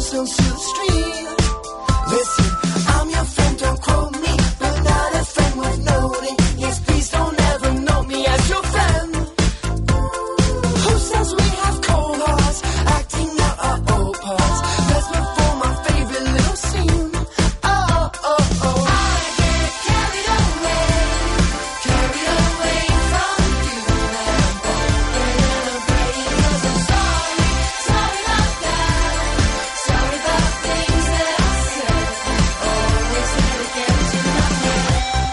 themselves to the stream. Listen, I'm your friend, don't quote me, but not a friend with noting. Yes, please don't ever know me as your friend. Who says we have cold hearts, acting out our old parts? Let's perform our favorite little scene. Oh, oh, oh. I get carried away from you. And I'm afraid 'cause I'm sorry about that. Sorry about things that I said. Always had to get to my head.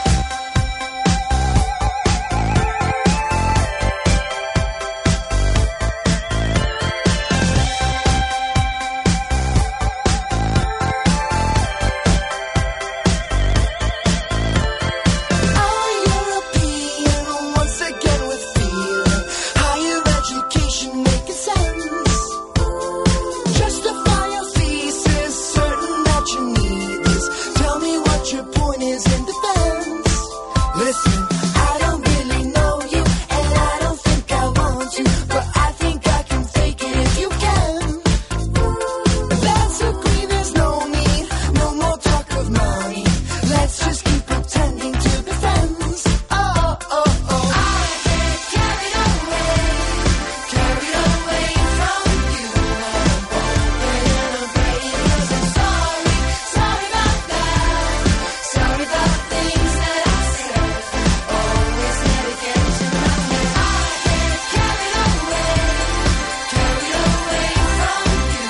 I'm European, once again with feeling. Higher education making sense. Justify your thesis, certain that you need this. Tell me what your point is in defense. Listen, I don't really know you, and I don't think I want to, but I think I can fake it if you can. Let's agree there's no need, no more talk of money. Let's just keep pretending to be friends. Oh, oh, oh. I get carried away from you. And I'm afraid 'cause I'm sorry about that. Sorry about things that I said. Always had to get to my head. I get carried away from you. And I'm afraid 'cause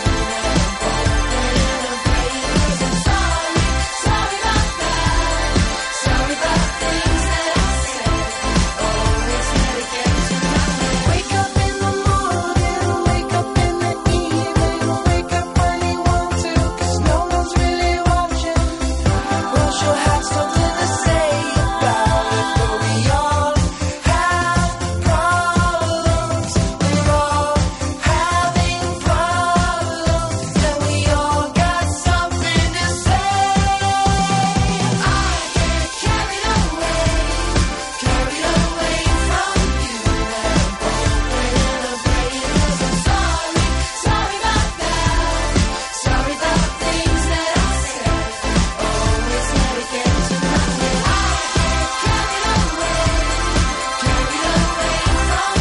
I'm sorry about that. Sorry about things that I said. Always had to get to my head. Wake up in the morning, wake up in the evening, wake up when you want to, 'cause no one's really watching. Well, she'll have something to say about it, but we all have problems. We're all having problems, and we all got something to say. I get carried away from you. And I'm afraid 'cause I'm sorry about that. Sorry about things that I said. Always had to get to my head. I get carried away from you. And I'm afraid 'cause I'm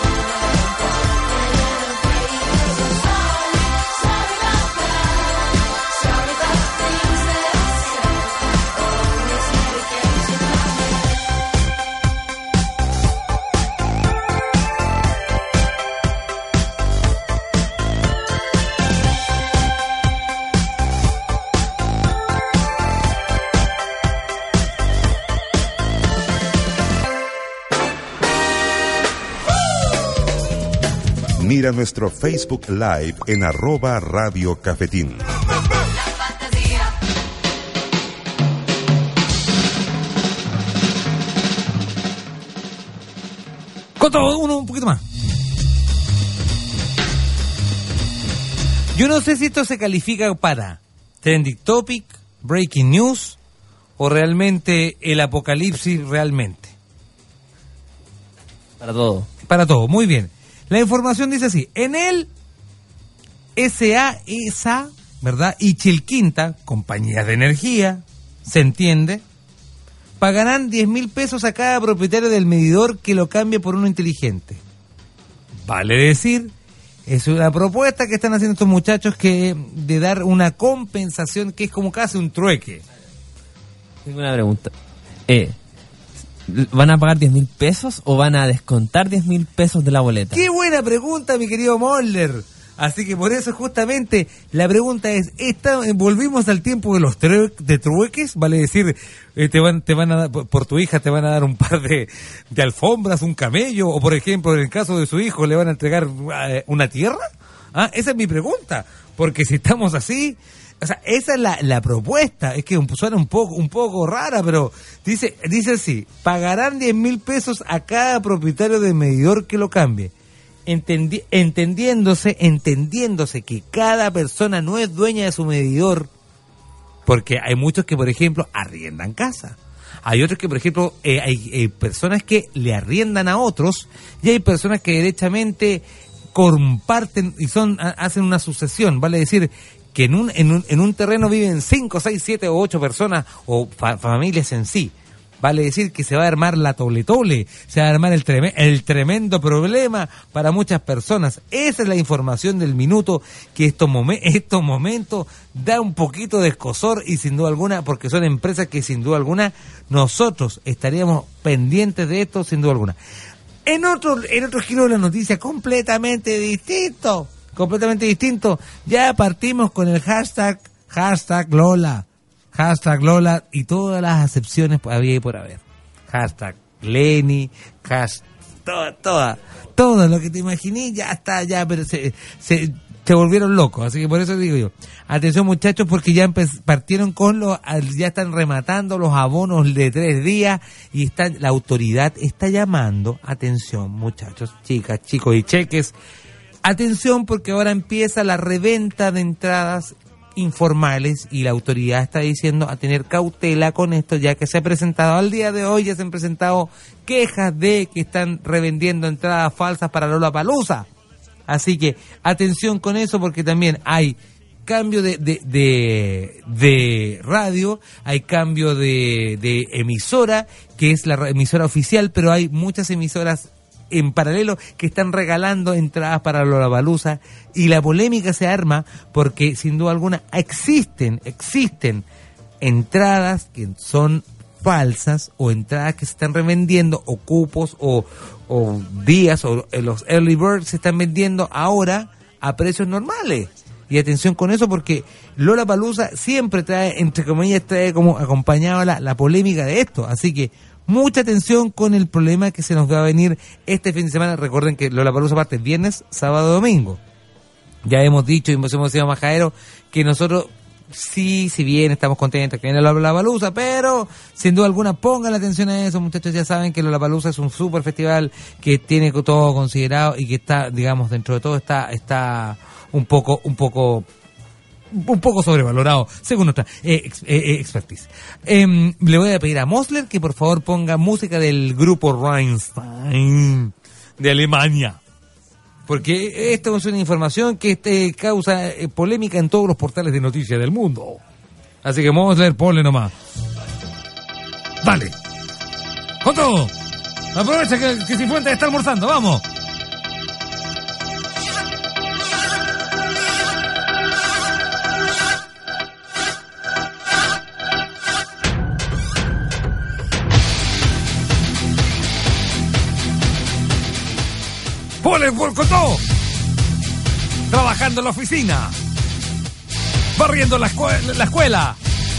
sorry about that. Sorry about things that I said. Always had to get to my head. Mira nuestro Facebook Live en @Radio Cafetín. Coto, un poquito más. Yo no sé si esto se califica para Trending Topic, Breaking News o realmente el apocalipsis realmente. Para todo. Para todo, muy bien. La información dice así: en el ESA, ¿verdad? Y Chilquinta, compañías de energía, se entiende, pagarán 10.000 pesos a cada propietario del medidor que lo cambie por uno inteligente. Vale decir, es una propuesta que están haciendo estos muchachos que de dar una compensación que es como casi un trueque. Tengo una pregunta. ¿Van a pagar 10.000 pesos o van a descontar 10.000 pesos de la boleta? ¡Qué buena pregunta, mi querido Moller! Así que por eso justamente la pregunta es, ¿volvimos al tiempo de los trueques? Vale decir, te van a dar, por tu hija te van a dar un par de alfombras, un camello, o por ejemplo, en el caso de su hijo, ¿le van a entregar una tierra? Esa es mi pregunta, porque si estamos así, o sea, esa es la propuesta. Es que suena un poco rara, pero dice así: pagarán 10.000 pesos a cada propietario de medidor que lo cambie. Entendiéndose que cada persona no es dueña de su medidor, porque hay muchos que, por ejemplo, arriendan casa. Hay otros que, por ejemplo, hay personas que le arriendan a otros, y hay personas que derechamente comparten y hacen una sucesión, vale decir que en un terreno viven 5, 6, 7 o 8 personas o familias en sí. Vale decir que se va a armar la tole, se va a armar el tremendo problema para muchas personas. Esa es la información del minuto, que estos momentos da un poquito de escozor, y sin duda alguna, porque son empresas que sin duda alguna nosotros estaríamos pendientes de esto, sin duda alguna. En otro giro de la noticia completamente distinto, ya partimos con el hashtag Lola. Hashtag Lola y todas las acepciones había y por haber. Hashtag Lenny, todo lo que te imaginé ya está, pero se volvieron locos. Así que por eso digo yo, atención muchachos, porque ya partieron ya están rematando los abonos de 3 días y la autoridad está llamando, atención muchachos, chicas, chicos y cheques, atención, porque ahora empieza la reventa de entradas informales y la autoridad está diciendo a tener cautela con esto, ya que se ha presentado al día de hoy, ya se han presentado quejas de que están revendiendo entradas falsas para Lollapalooza. Así que atención con eso, porque también hay cambio de radio, hay cambio de emisora, que es la emisora oficial, pero hay muchas emisoras en paralelo que están regalando entradas para Lollapalooza, y la polémica se arma porque sin duda alguna existen entradas que son falsas, o entradas que se están revendiendo, o cupos o días, o los early birds se están vendiendo ahora a precios normales. Y atención con eso, porque Lollapalooza siempre trae, entre comillas, como acompañado la polémica de esto. Así que mucha atención con el problema que se nos va a venir este fin de semana. Recuerden que Lollapalooza parte viernes, sábado, domingo. Ya hemos dicho y hemos sido majaderos que nosotros, sí, si bien estamos contentos que viene Lollapalooza, pero sin duda alguna pongan la atención a eso, muchachos. Ya saben que Lollapalooza es un super festival que tiene todo considerado y que está, digamos, dentro de todo está un poco sobrevalorado, según nuestra expertise. Le voy a pedir a Mosler que por favor ponga música del grupo Rammstein de Alemania, porque esto es una información que causa polémica en todos los portales de noticias del mundo. Así que Mosler, ponle nomás. Dale, con todo. Aprovecha que Cifuentes está almorzando, vamos. ¡Ponle con todo! Trabajando en la oficina, barriendo la escuela,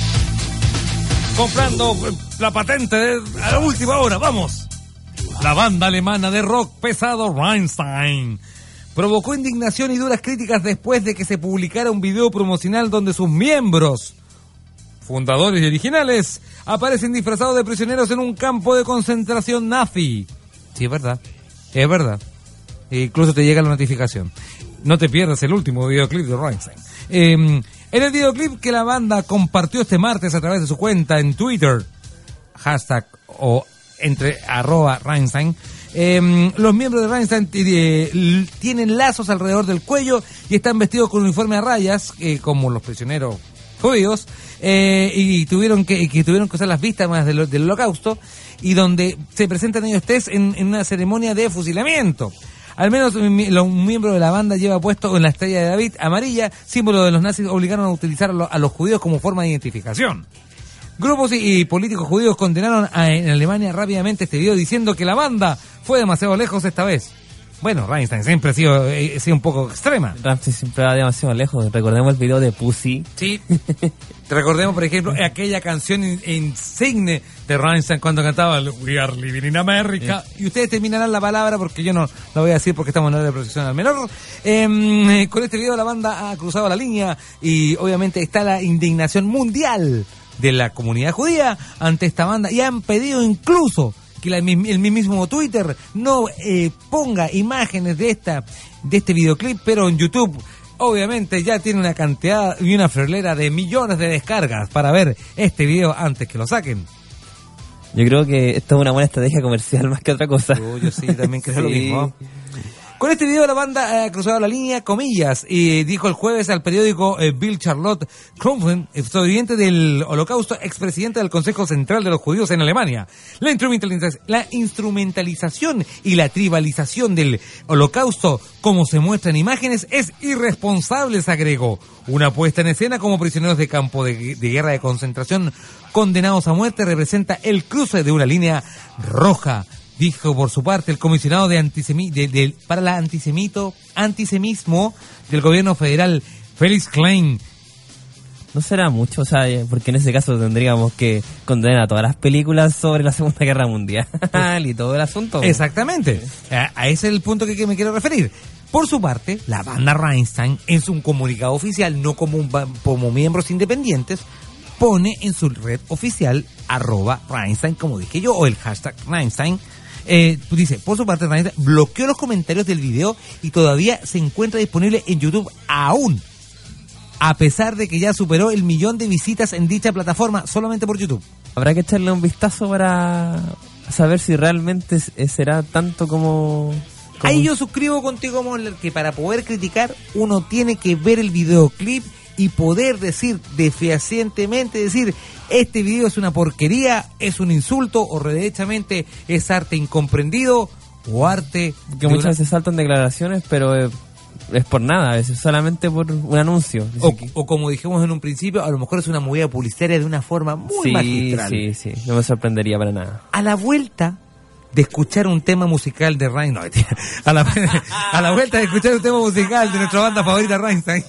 comprando la patente a la última hora. ¡Vamos! La banda alemana de rock pesado Rammstein provocó indignación y duras críticas después de que se publicara un video promocional donde sus miembros, fundadores y originales, aparecen disfrazados de prisioneros en un campo de concentración nazi. Sí, es verdad. Incluso te llega la notificación. No te pierdas el último videoclip de Rammstein. En el videoclip que la banda compartió este martes a través de su cuenta en Twitter, hashtag o entre @Rammstein, los miembros de Rammstein tienen lazos alrededor del cuello y están vestidos con uniforme a rayas, como los prisioneros judíos, y tuvieron que usar las víctimas del holocausto, y donde se presentan ellos en una ceremonia de fusilamiento. Al menos un miembro de la banda lleva puesto en la estrella de David amarilla, símbolo de los nazis obligaron a utilizar a los judíos como forma de identificación. Grupos y políticos judíos condenaron en Alemania rápidamente este video, diciendo que la banda fue demasiado lejos esta vez. Bueno, Rammstein siempre ha sido un poco extrema. Rammstein siempre va demasiado lejos. Recordemos el video de Pussy. Sí. Recordemos, por ejemplo, aquella canción insigne de Rammstein cuando cantaba We Are Living in America. Y ustedes terminarán la palabra porque yo no la voy a decir porque estamos en hora de protección al menor. Con este video la banda ha cruzado la línea y obviamente está la indignación mundial de la comunidad judía ante esta banda, y han pedido incluso que el mismo Twitter no ponga imágenes de este videoclip, pero en YouTube obviamente ya tiene una cantidad y una friolera de millones de descargas para ver este video antes que lo saquen. Yo creo que esto es una buena estrategia comercial más que otra cosa. Yo sí, también creo lo mismo. Con este video la banda ha cruzado la línea, comillas, y dijo el jueves al periódico Bill Charlotte Krumpen, sobreviviente del Holocausto, expresidente del Consejo Central de los Judíos en Alemania. La instrumentalización y la tribalización del Holocausto, como se muestra en imágenes, es irresponsable, se agregó. Una puesta en escena como prisioneros de campo de guerra de concentración condenados a muerte representa el cruce de una línea roja, dijo por su parte el comisionado para el antisemismo del gobierno federal, Felix Klein. No será mucho, o sea, porque en ese caso tendríamos que condenar a todas las películas sobre la Segunda Guerra Mundial y todo el asunto. Exactamente, a ese es el punto que me quiero referir. Por su parte, la banda Rammstein, en un comunicado oficial, no como miembros independientes, pone en su red oficial @Rammstein, como dije yo, o el hashtag Rammstein. Dice, por su parte, Rammstein bloqueó los comentarios del video y todavía se encuentra disponible en YouTube aún, a pesar de que ya superó el 1 millón de visitas en dicha plataforma solamente por YouTube. Habrá que echarle un vistazo para saber si realmente será tanto como... Ahí yo suscribo contigo, Moller, que para poder criticar uno tiene que ver el videoclip y poder decir fehacientemente, este video es una porquería, es un insulto, o derechamente es arte incomprendido o arte... Que muchas veces saltan declaraciones, pero es por nada, a veces solamente por un anuncio. O como dijimos en un principio, a lo mejor es una movida publicitaria de una forma muy magistral. Sí, no me sorprendería para nada. A la vuelta de escuchar un tema musical de Rammstein, a la vuelta de escuchar un tema musical de nuestra banda favorita Rammstein,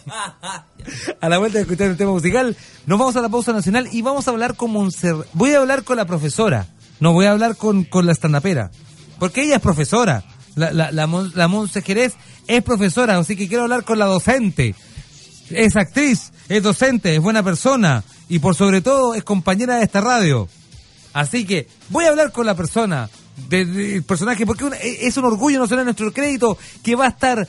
a la vuelta de escuchar un tema musical, nos vamos a la pausa nacional y vamos a hablar con Montserrat. Voy a hablar con la profesora, no voy a hablar con la estandapera, porque ella es profesora. La Monse Jerez es profesora, así que quiero hablar con la docente. Es actriz, es docente, es buena persona y por sobre todo es compañera de esta radio. Así que voy a hablar con la persona del personaje, porque es un orgullo no solo en nuestro crédito, que va a estar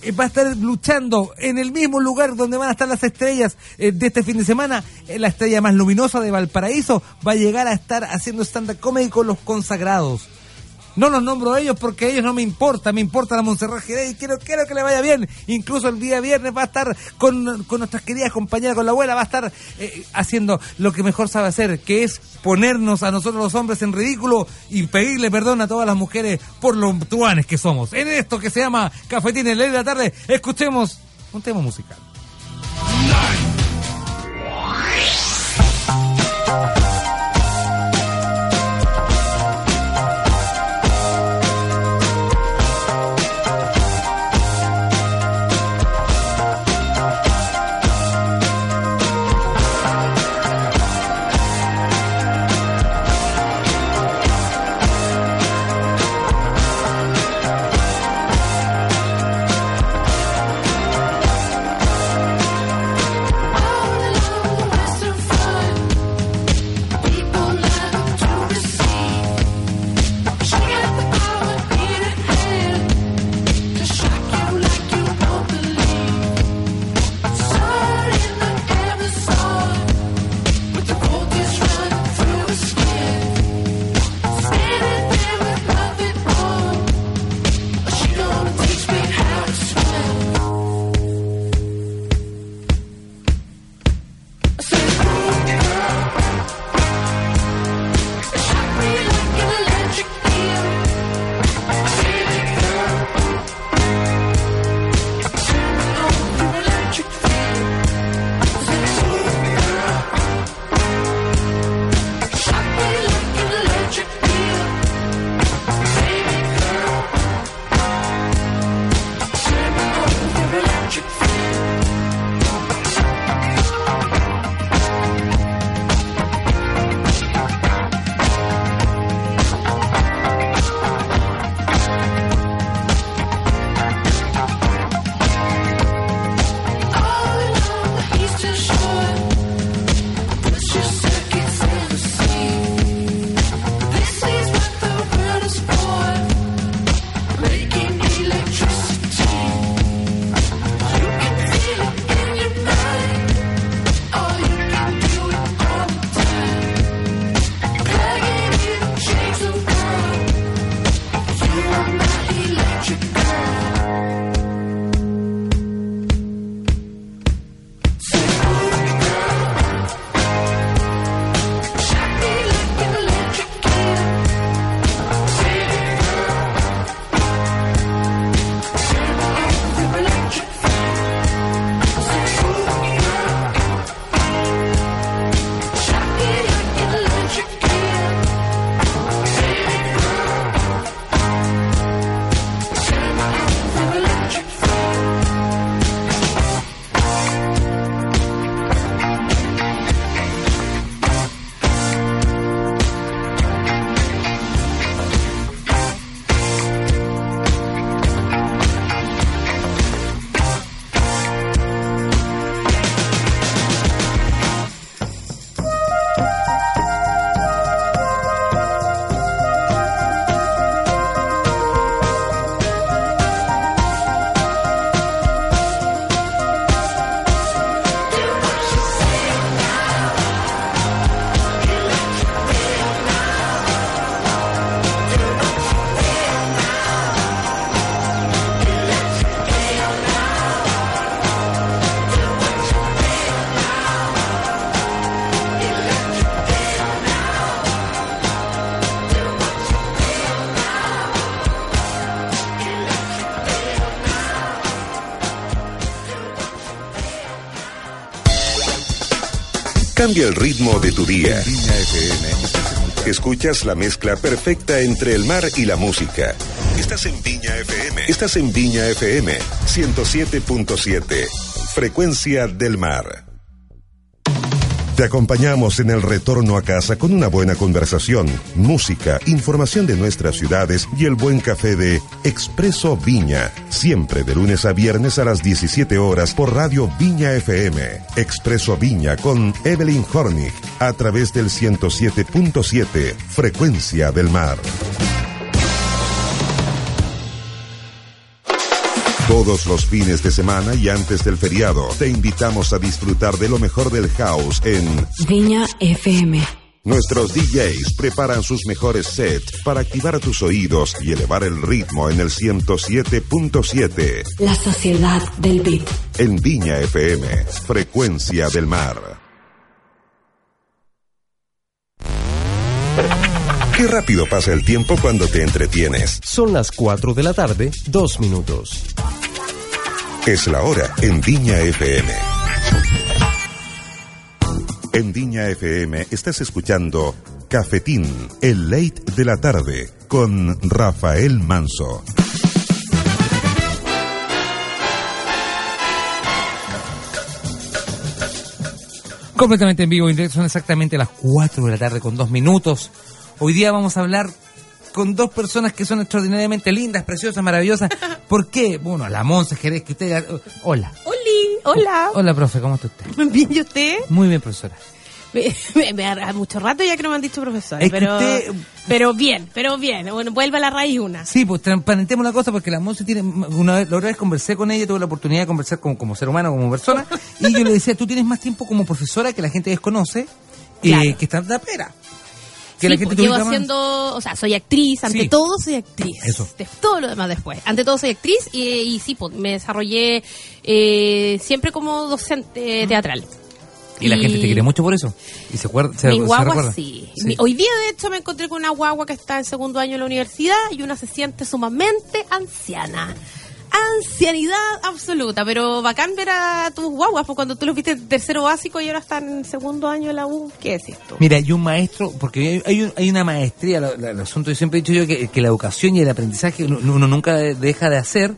luchando en el mismo lugar donde van a estar las estrellas de este fin de semana. La estrella más luminosa de Valparaíso va a llegar a estar haciendo stand-up comedy con los consagrados. No los nombro a ellos porque a ellos no me importa la Montserrat Jerez y quiero que le vaya bien. Incluso el día viernes va a estar con nuestras queridas compañeras, con la abuela, va a estar haciendo lo que mejor sabe hacer, que es ponernos a nosotros los hombres en ridículo y pedirle perdón a todas las mujeres por lo tuanes que somos. En esto que se llama Cafetín en la de la tarde, escuchemos un tema musical. Cambia el ritmo de tu día. En Viña FM. Escuchas la mezcla perfecta entre el mar y la música. Estás en Viña FM. Estás en Viña FM 107.7. Frecuencia del mar. Te acompañamos en el retorno a casa con una buena conversación, música, información de nuestras ciudades y el buen café de Expreso Viña. Siempre de lunes a viernes a las 17 horas por Radio Viña FM. Expreso Viña con Evelyn Hornig a través del 107.7 Frecuencia del Mar. Todos los fines de semana y antes del feriado, te invitamos a disfrutar de lo mejor del house en Viña FM. Nuestros DJs preparan sus mejores sets para activar tus oídos y elevar el ritmo en el 107.7. La sociedad del beat. En Viña FM, Frecuencia del Mar. Qué rápido pasa el tiempo cuando te entretienes. Son las 4 de la tarde, 2 minutos. Es la hora en Viña FM. En Viña FM estás escuchando Cafetín, el late de la tarde, con Rafael Manso. Completamente en vivo, son exactamente las 4 de la tarde con 2 minutos. Hoy día vamos a hablar con dos personas que son extraordinariamente lindas, preciosas, maravillosas. ¿Por qué? Bueno, la Monse Jerez, que usted... Hola. Hola. Hola, profe, ¿cómo está usted? Bien, ¿y usted? Muy bien, profesora. Me ha mucho rato ya que no me han dicho profesora, es pero, que usted... pero bien. Bueno, vuelve a la raíz una. Sí, pues transparentemos la cosa porque la Monse tiene... la otra vez conversé con ella, tuve la oportunidad de conversar como ser humano, como persona, y yo le decía, tú tienes más tiempo como profesora que la gente desconoce, claro, que está en la pera. Sí, la gente llevo haciendo, o sea, soy actriz, ante todo soy actriz. Eso. De todo lo demás después. Ante todo soy actriz y sí, pues, me desarrollé siempre como docente teatral. Y la gente te quiere mucho por eso. Y se acuerda. Mi guagua sí. Hoy día, de hecho, me encontré con una guagua que está en segundo año de la universidad y una se siente sumamente anciana. Ancianidad absoluta, pero bacán ver a tus guaguas, porque cuando tú los viste en tercero básico y ahora están en segundo año de la U, ¿qué es esto? Mira, hay un maestro, porque hay una maestría, el asunto, yo siempre he dicho yo que la educación y el aprendizaje uno nunca deja de hacer,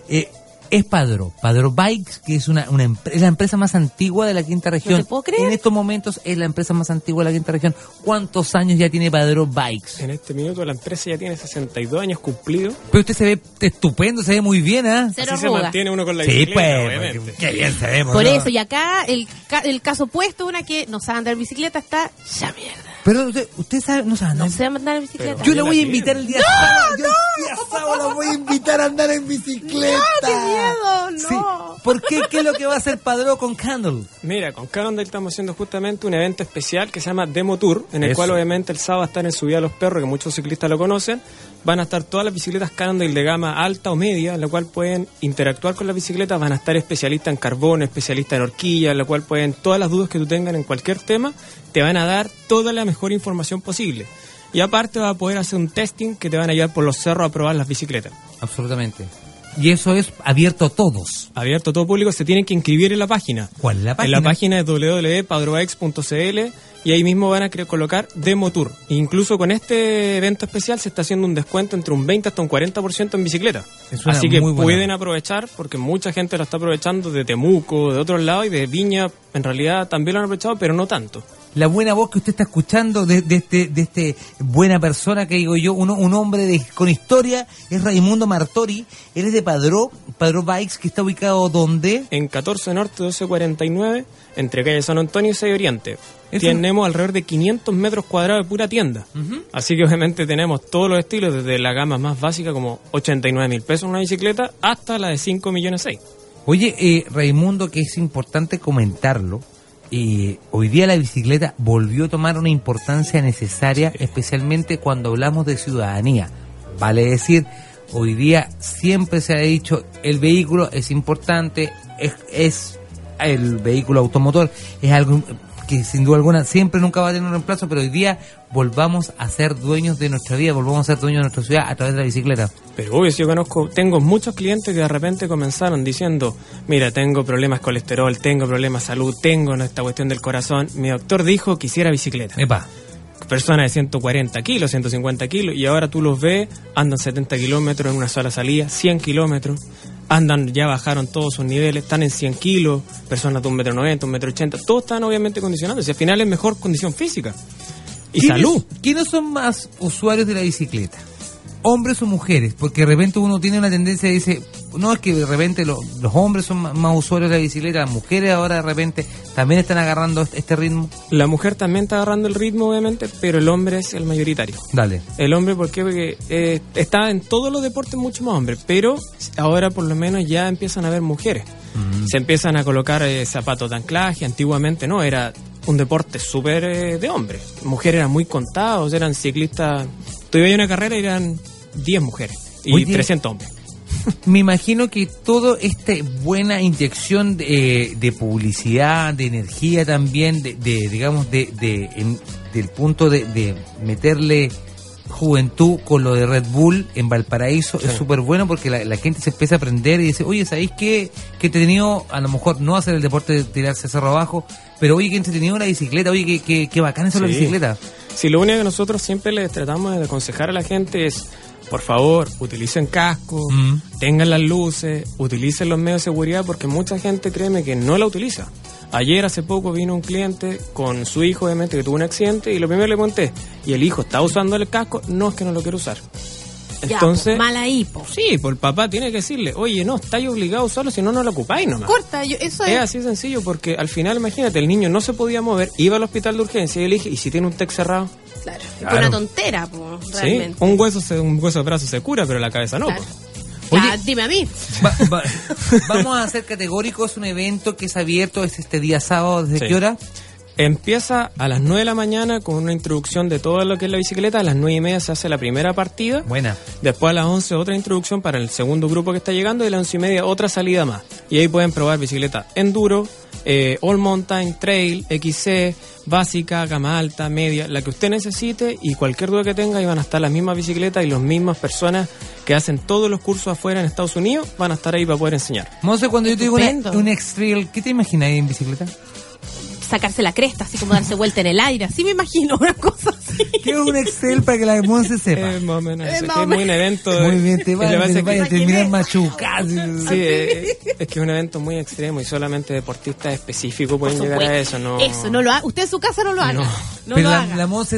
es Padro Bikes, que es es la empresa más antigua de la quinta región. ¿No te puedo creer? En estos momentos es la empresa más antigua de la quinta región. ¿Cuántos años ya tiene Padro Bikes? En este minuto la empresa ya tiene 62 años cumplidos. Pero usted se ve estupendo, se ve muy bien, ¿ah? Cero Así arruga. Se mantiene uno con la bicicleta, obviamente. Qué bien se ve. Por eso, y acá el caso opuesto, una que no sabe andar en bicicleta, está ya mierda. Pero usted sabe, no sabe andar. No sé andar en bicicleta. Yo le voy a invitar el día sábado. Yo el día sábado lo voy a invitar a andar en bicicleta. ¡No, qué miedo! ¡No! Sí. ¿Por qué? ¿Qué es lo que va a hacer Padró con Candle? Mira, con Cannondale estamos haciendo justamente un evento especial que se llama Demo Tour, en el cual obviamente el sábado va a estar en Subida a los Perros, que muchos ciclistas lo conocen. Van a estar todas las bicicletas Cannondale de gama alta o media, en la cual pueden interactuar con las bicicletas. Van a estar especialistas en carbono, especialistas en horquilla, en la cual pueden, todas las dudas que tú tengas en cualquier tema, te van a dar toda la mejor información posible. Y aparte vas a poder hacer un testing que te van a ayudar por los cerros a probar las bicicletas. Absolutamente. Y eso es abierto a todos. Abierto a todo público, se tienen que inscribir en la página. ¿Cuál es la página? En la página es www.padrobikes.cl y ahí mismo van a colocar Demo Tour. Incluso con este evento especial se está haciendo un descuento entre un 20 hasta un 40% en bicicleta. Así que pueden aprovechar, porque mucha gente lo está aprovechando de Temuco, de otros lados, y de Viña en realidad también lo han aprovechado, pero no tanto. La buena voz que usted está escuchando de este buena persona que digo yo, un hombre con historia, es Raimundo Martori. Él es de Padró Bikes, que está ubicado ¿dónde? En 14 Norte 1249, entre calle San Antonio y 6 Oriente. Tenemos alrededor de 500 metros cuadrados de pura tienda. Así que obviamente tenemos todos los estilos, desde la gama más básica, como 89.000 pesos una bicicleta, hasta la de 5.6 millones. Oye, Raimundo, que es importante comentarlo, hoy día la bicicleta volvió a tomar una importancia necesaria, especialmente cuando hablamos de ciudadanía. Vale decir, hoy día siempre se ha dicho, el vehículo es importante, es el vehículo automotor, es algo que sin duda alguna siempre nunca va a tener un reemplazo, pero hoy día volvamos a ser dueños de nuestra vida, volvamos a ser dueños de nuestra ciudad a través de la bicicleta. Pero obvio, si yo tengo muchos clientes que de repente comenzaron diciendo, mira, tengo problemas de colesterol, tengo problemas de salud, tengo esta cuestión del corazón. Mi doctor dijo que hiciera bicicleta. Epa. Personas de 140 kilos, 150 kilos, y ahora tú los ves, andan 70 kilómetros en una sola salida, 100 kilómetros, ya bajaron todos sus niveles, están en 100 kilos, personas de 1,90 m, 1,80 m, todos están obviamente condicionados, y al final es mejor condición física y salud. ¿Quiénes son más usuarios de la bicicleta? ¿Hombres o mujeres? Porque de repente uno tiene una tendencia y dice, no, es que de repente los hombres son más usuarios de la bicicleta, las mujeres ahora de repente también están agarrando este ritmo. La mujer también está agarrando el ritmo, obviamente, pero el hombre es el mayoritario. Dale. El hombre, ¿por qué? Porque está en todos los deportes mucho más hombre, pero ahora por lo menos ya empiezan a haber mujeres. Se empiezan a colocar zapatos de anclaje, antiguamente no, era un deporte súper de hombres. Mujeres eran muy contados, eran ciclistas. Tú ibas a una carrera y eran 10 mujeres y Oye, 300 hombres. Me imagino que toda esta buena inyección de publicidad, de energía también, del punto de meterle juventud con lo de Red Bull en Valparaíso, sí, es súper bueno porque la gente se empieza a aprender y dice, oye, ¿sabéis qué entretenido? A lo mejor no hacer el deporte de tirarse cerro abajo, pero oye, qué entretenido la bicicleta, oye, qué bacán eso, sí, la bicicleta. Sí, lo único que nosotros siempre les tratamos de aconsejar a la gente es, por favor, utilicen casco, tengan las luces, utilicen los medios de seguridad, porque mucha gente, créeme, que no la utiliza. Ayer, hace poco, vino un cliente con su hijo, obviamente, que tuvo un accidente, y lo primero le pregunté, ¿y el hijo está usando el casco? No, es que no lo quiero usar. Entonces, mal ahí, po. Sí, pues el papá tiene que decirle, oye, no, estáis obligado a usarlo, si no, no lo ocupáis nomás. Corta, eso es así sencillo, porque al final, imagínate, el niño no se podía mover, iba al hospital de urgencia y yo le dije, ¿y si tiene un TEC cerrado? Claro, es una tontera, po, realmente. Sí, un hueso de brazo se cura, pero la cabeza no, claro. Oye, dime a mí. Vamos a hacer categóricos, un evento que es abierto, es este día sábado, ¿desde qué hora? Empieza a las 9 de la mañana con una introducción de todo lo que es la bicicleta. A las 9:30 se hace la primera partida. Buena. Después a las 11 otra introducción para el segundo grupo que está llegando. Y a las 11:30 otra salida más. Y ahí pueden probar bicicleta enduro, all mountain, trail, XC, básica, gama alta, media, la que usted necesite. Y cualquier duda que tenga, ahí van a estar las mismas bicicletas y las mismas personas que hacen todos los cursos afuera en Estados Unidos van a estar ahí para poder enseñar. Monse, cuando yo te digo un X-Trail, ¿qué te imaginas ahí en bicicleta? Sacarse la cresta, así como darse vuelta en el aire, así me imagino, una cosa así. ¿Qué es un Excel para que la Monse sepa? Más o menos, es muy un evento. Muy bien, te vaya a terminar machucado. Sí, es que es un evento muy extremo y solamente deportistas específicos pueden llegar a eso. Eso, no lo haga. Usted en su casa no lo haga. No pero lo haga. La Monse,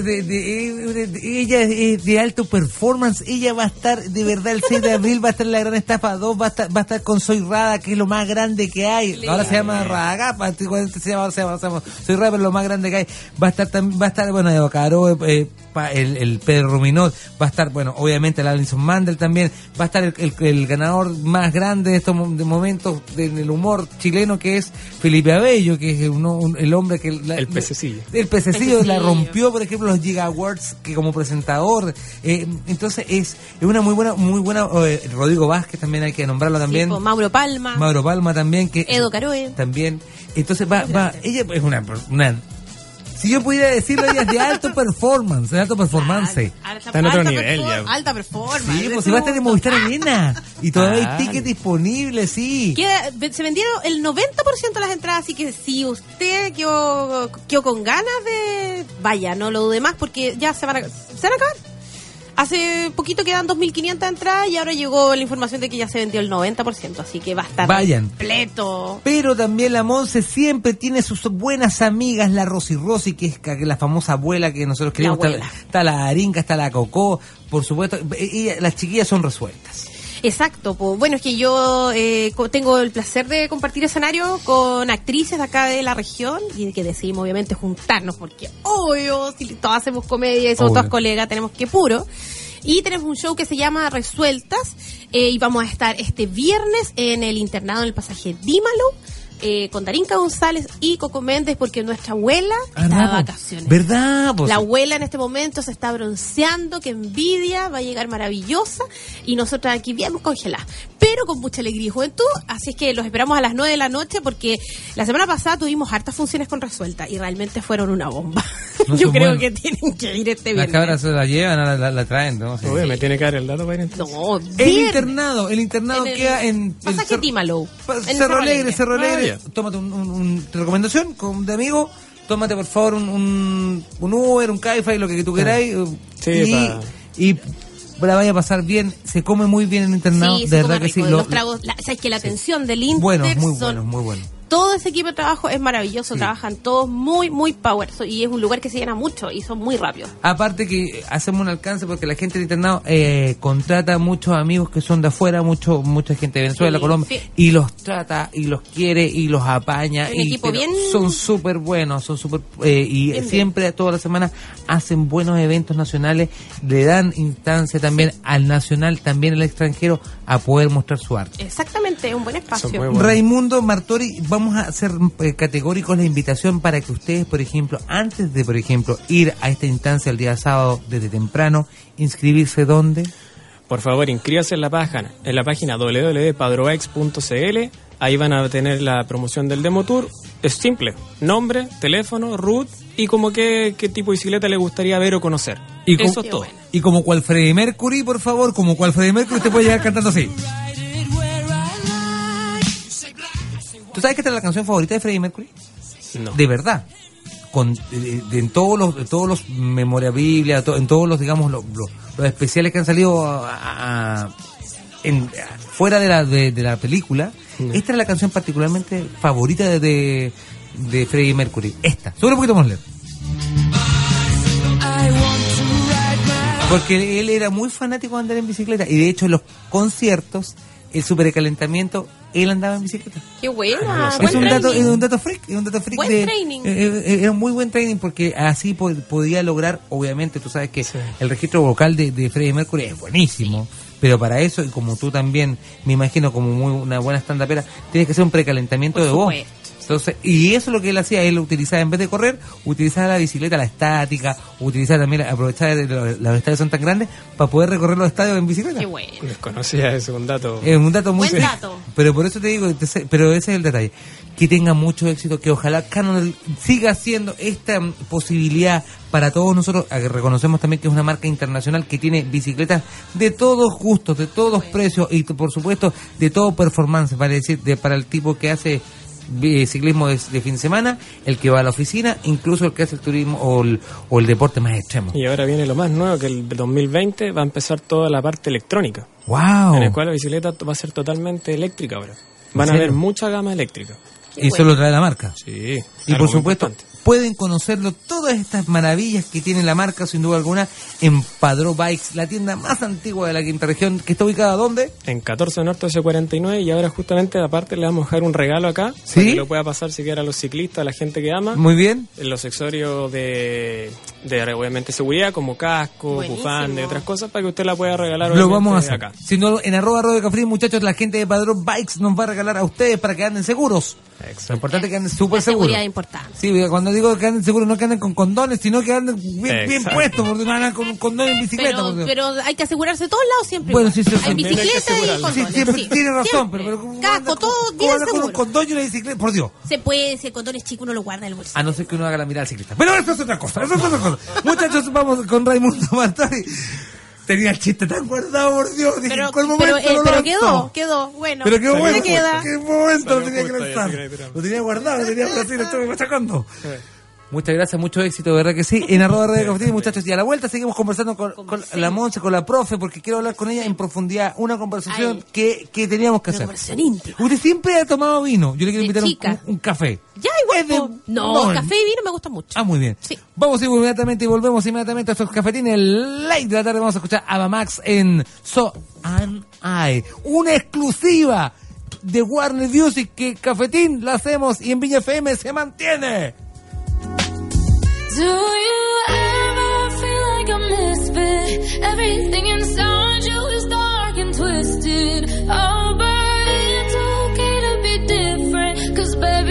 ella es de alto performance, ella va a estar, de verdad, el 6 de abril va a estar en la Gran Estafa 2, va a estar con Soy Rada, que es lo más grande que hay. Ahora se llama Radagapa, se llama Soy Rada, pero lo más grande que hay. Va a estar, bueno, Edo Caro, el Pedro Ruminot, va a estar, bueno, obviamente el Alison Mandel también, va a estar el ganador más grande de estos momentos del humor chileno, que es Felipe Abello, que es el hombre que... el pececillo. El pececillo la rompió, por ejemplo, los Giga Awards, que como presentador, entonces es una muy buena Rodrigo Vázquez también hay que nombrarlo también. Sí, Mauro Palma también, que Edo Caroe también. Entonces ella es una si yo pudiera decirlo, ella es de alto performance, Está en otro nivel ya. Alta performance. Sí, pues si va a estar en Movistar Arena y todavía hay tickets disponibles, sí. Se vendieron el 90% de las entradas, así que si usted quedó con ganas de... Vaya, no lo dude más porque ya se van a acabar. Hace poquito quedan 2.500 entradas y ahora llegó la información de que ya se vendió el 90%, así que va a estar completo. Pero también la Monse siempre tiene sus buenas amigas, la Rosy, que es la famosa abuela que nosotros queremos. Está la Aringa, está la Cocó, por supuesto. Las chiquillas son resueltas. Exacto, bueno, es que yo tengo el placer de compartir escenario con actrices de acá de la región y que decidimos obviamente juntarnos porque obvio, si todas hacemos comedia y somos todas colegas, tenemos que puro. Y tenemos un show que se llama Resueltas y vamos a estar este viernes en el internado en el pasaje Dímalo. con Darinka González y Coco Méndez, porque nuestra abuela está de vacaciones. ¿Verdad? Pues, la abuela en este momento se está bronceando, que envidia, va a llegar maravillosa, y nosotras aquí bien congeladas, pero con mucha alegría y juventud. Así es que los esperamos a las 9 de la noche, porque la semana pasada tuvimos hartas funciones con Resuelta y realmente fueron una bomba. No Yo creo buenos. que tienen que ir este Las viernes. cabras se la llevan, la traen, ¿no? Sí. Uy, me tiene que dar el dato para ir entonces. No, El internado En el queda en Pasaje Tímalo. En Cerro Alegre, Cerro Alegre. Ah, ya. Tómate tu recomendación de amigo. Tómate por favor un Uber, un Cabify, lo que tú queráis. Sí, y la vaya a pasar bien. Se come muy bien en el internado, Sí, de se verdad come que rico. sí. Los tragos, sabes que la atención del Inter Bueno, muy son... bueno. Todo ese equipo de trabajo es maravilloso, Sí. trabajan todos muy power, y es un lugar que se llena mucho y son muy rápidos. Aparte que hacemos un alcance porque la gente del internado contrata muchos amigos que son de afuera, mucha gente de Venezuela, Sí, Colombia, sí. y los trata y los quiere y los apaña. Un y equipo pero bien- son súper buenos, son súper y Bien, siempre todas las semanas hacen buenos eventos nacionales, le dan instancia también al nacional, también al extranjero a poder mostrar su arte. Exactamente, es un buen espacio. Son muy buenos. Raimundo Martori, vamos a hacer categóricos la invitación para que ustedes, por ejemplo, antes de, por ejemplo, ir a esta instancia el día sábado desde temprano, inscribirse ¿dónde? Por favor, inscríbase en la página www.padrobikes.cl. Ahí van a tener la promoción del Demo Tour. Es simple: nombre, teléfono, route y como qué tipo de bicicleta le gustaría ver o conocer. Y Eso como- es todo. bueno. Y como cual Freddie Mercury, por favor, como cual Freddie Mercury, usted puede llegar cantando así. ¿Tú sabes que esta es la canción favorita de Freddie Mercury? No. De verdad. En todos los memorabilia, en todos los, digamos, los especiales que han salido fuera de la película, esta es la canción particularmente favorita de Freddie Mercury. Esta. Sube un poquito más leer. Porque él era muy fanático de andar en bicicleta y de hecho en los conciertos, el supercalentamiento, él andaba en bicicleta. Qué buena, Es buen un dato, training. es un dato freak Buen de training. era un muy buen training porque así podía lograr, obviamente, tú sabes que el registro vocal de Freddie Mercury es buenísimo, pero para eso, y como tú también, me imagino como una buena stand-upera, tienes que hacer un precalentamiento Por de voz. supuesto. Entonces, y eso es lo que él hacía, él utilizaba, en vez de correr, utilizaba la bicicleta, la estática, utilizaba también, aprovechar de los estadios son tan grandes, para poder recorrer los estadios en bicicleta. Qué bueno. Desconocía eso, un dato. Es un dato muy Buen dato. Pero por eso te digo, pero ese es el detalle. Que tenga mucho éxito, que ojalá Canon siga haciendo esta posibilidad para todos nosotros. Reconocemos también que es una marca internacional que tiene bicicletas de todos gustos, de todos precios y por supuesto de todo performance, para decir, para el tipo que hace ciclismo de fin de semana, el que va a la oficina, incluso el que hace el turismo o el deporte más extremo. Y ahora viene lo más nuevo, que el 2020 va a empezar toda la parte electrónica. ¡Wow! En el cual la bicicleta va a ser totalmente eléctrica ahora. Van a serio? haber mucha gama eléctrica. Y eso lo trae la marca. Sí. Y algo por muy supuesto, importante. pueden conocerlo, todas estas maravillas que tiene la marca, sin duda alguna, en Padró Bikes, la tienda más antigua de la quinta región, que está ubicada ¿dónde? En 14 Norte C49, y ahora justamente aparte le vamos a dejar un regalo acá, ¿Sí? para que lo pueda pasar si quiere a los ciclistas, a la gente que ama. Muy bien. En los accesorios de obviamente seguridad, como casco, Buenísimo. bufanda y otras cosas, para que usted la pueda regalar Lo obviamente, vamos a hacer. acá. Si no, en @Radio Cafrín, muchachos, la gente de Padrón Bikes nos va a regalar a ustedes para que anden seguros. Exacto. Lo importante es que anden súper La seguros. seguridad es importante. Sí, cuando digo que anden seguros, no que anden con condones, sino que anden bien Exacto. puestos, porque no andan con un condón en bicicleta. porque- Pero hay que asegurarse de todos lados siempre. Bueno, igual. sí, sí, hay también hay que bicicleta y asegurarlo. Sí, condones. siempre sí. tiene razón, Siempre. pero ¿cómo Casco, anda todo con- bien cómo anda con un seguro. condón y una bicicleta? Por Dios. Se puede, si el condón es chico, uno lo guarda en el bolsillo. A no ser que uno haga la mirada al ciclista. Pero eso es otra cosa, Muchachos, vamos con Raimundo Martori. Tenía el chiste tan guardado, por Dios. Dije, Pero, ¿en cuál momento lo pero lanzo? quedó, bueno. Pero qué Se bueno, queda. qué momento lo Salió tenía que justo, ya lanzar. se quería tirar. Lo tenía guardado, lo tenía así, lo estuve machacando. Muchas gracias, mucho éxito, de verdad que sí. En @Radio Cafetín, muchachos. Y a la vuelta seguimos conversando con la Monse, con la profe, porque quiero hablar con ella en profundidad. Una conversación que teníamos que Una hacer. conversación íntima. Usted siempre ha tomado vino. Yo le quiero De invitar chica. un café. Ya igual. Es de- po. No, café y vino me gusta mucho. Ah, muy bien. Sí. Vamos a ir inmediatamente y volvemos inmediatamente a estos cafetines light de la tarde. Vamos a escuchar a Ava Max en So and I. Una exclusiva de Warner Music que Cafetín la hacemos y en Viña FM se mantiene. Do you ever feel like a misfit? Everything inside you is dark and twisted. Oh, but it's okay to be different. 'Cause baby,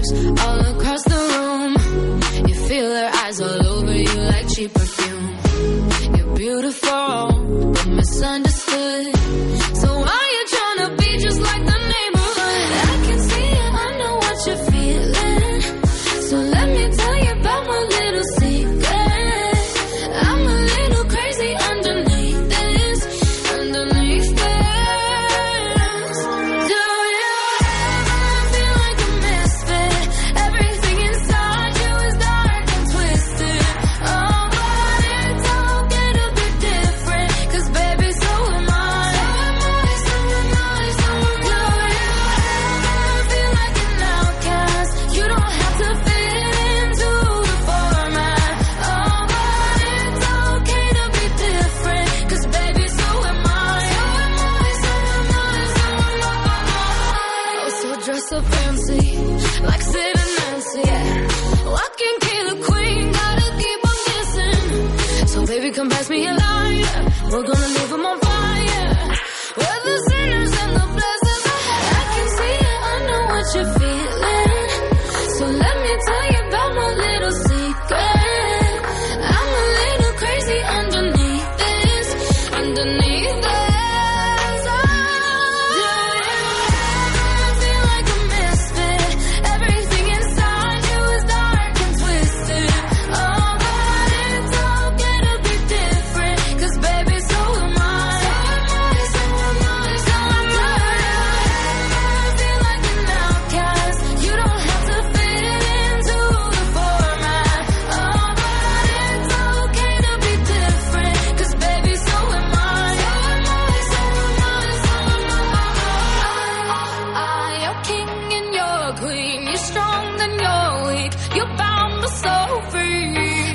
girls all across the room. You feel their eyes all over you like cheap perfume. You're beautiful, but misunderstood. So why you tryna be just like the neighborhood? I can see it, I know what you're feeling. So let me tell you about my little secret. I'm a little crazy underneath this, underneath this. Do you ever feel like a misfit? Everything inside you is dark and twisted. Oh, but it's okay to be different, 'cause baby, so am I. So am I, so am I, so am I. Do you ever feel like an outcast? You don't have to fit into the format. Oh, but it's okay to be different, 'cause baby, so am I. So am I, so am I, so am I. Oh, so dress up fancy, like Sid and Nancy. Walking killer queen, gotta keep on kissing. So baby, come pass me a lighter. We're gonna leave 'em on fire. We're the sinners and the blessings. I can see it, I know what you're feeling. So let me tell you about my little secret. I'm a little crazy underneath this, underneath this. Do you ever feel like a misfit? Everything inside you is dark and twisted. Oh, but it's okay to be different, 'cause baby, so am I. So am I, so am I, so am I. Do you ever feel like an outcast? You don't have to fit into the format. Oh, but it's okay to be different, 'cause baby, so am I. So am I, so am I, so am I. You're king and you're queen. You're strong and you're weak. You're bound but so free.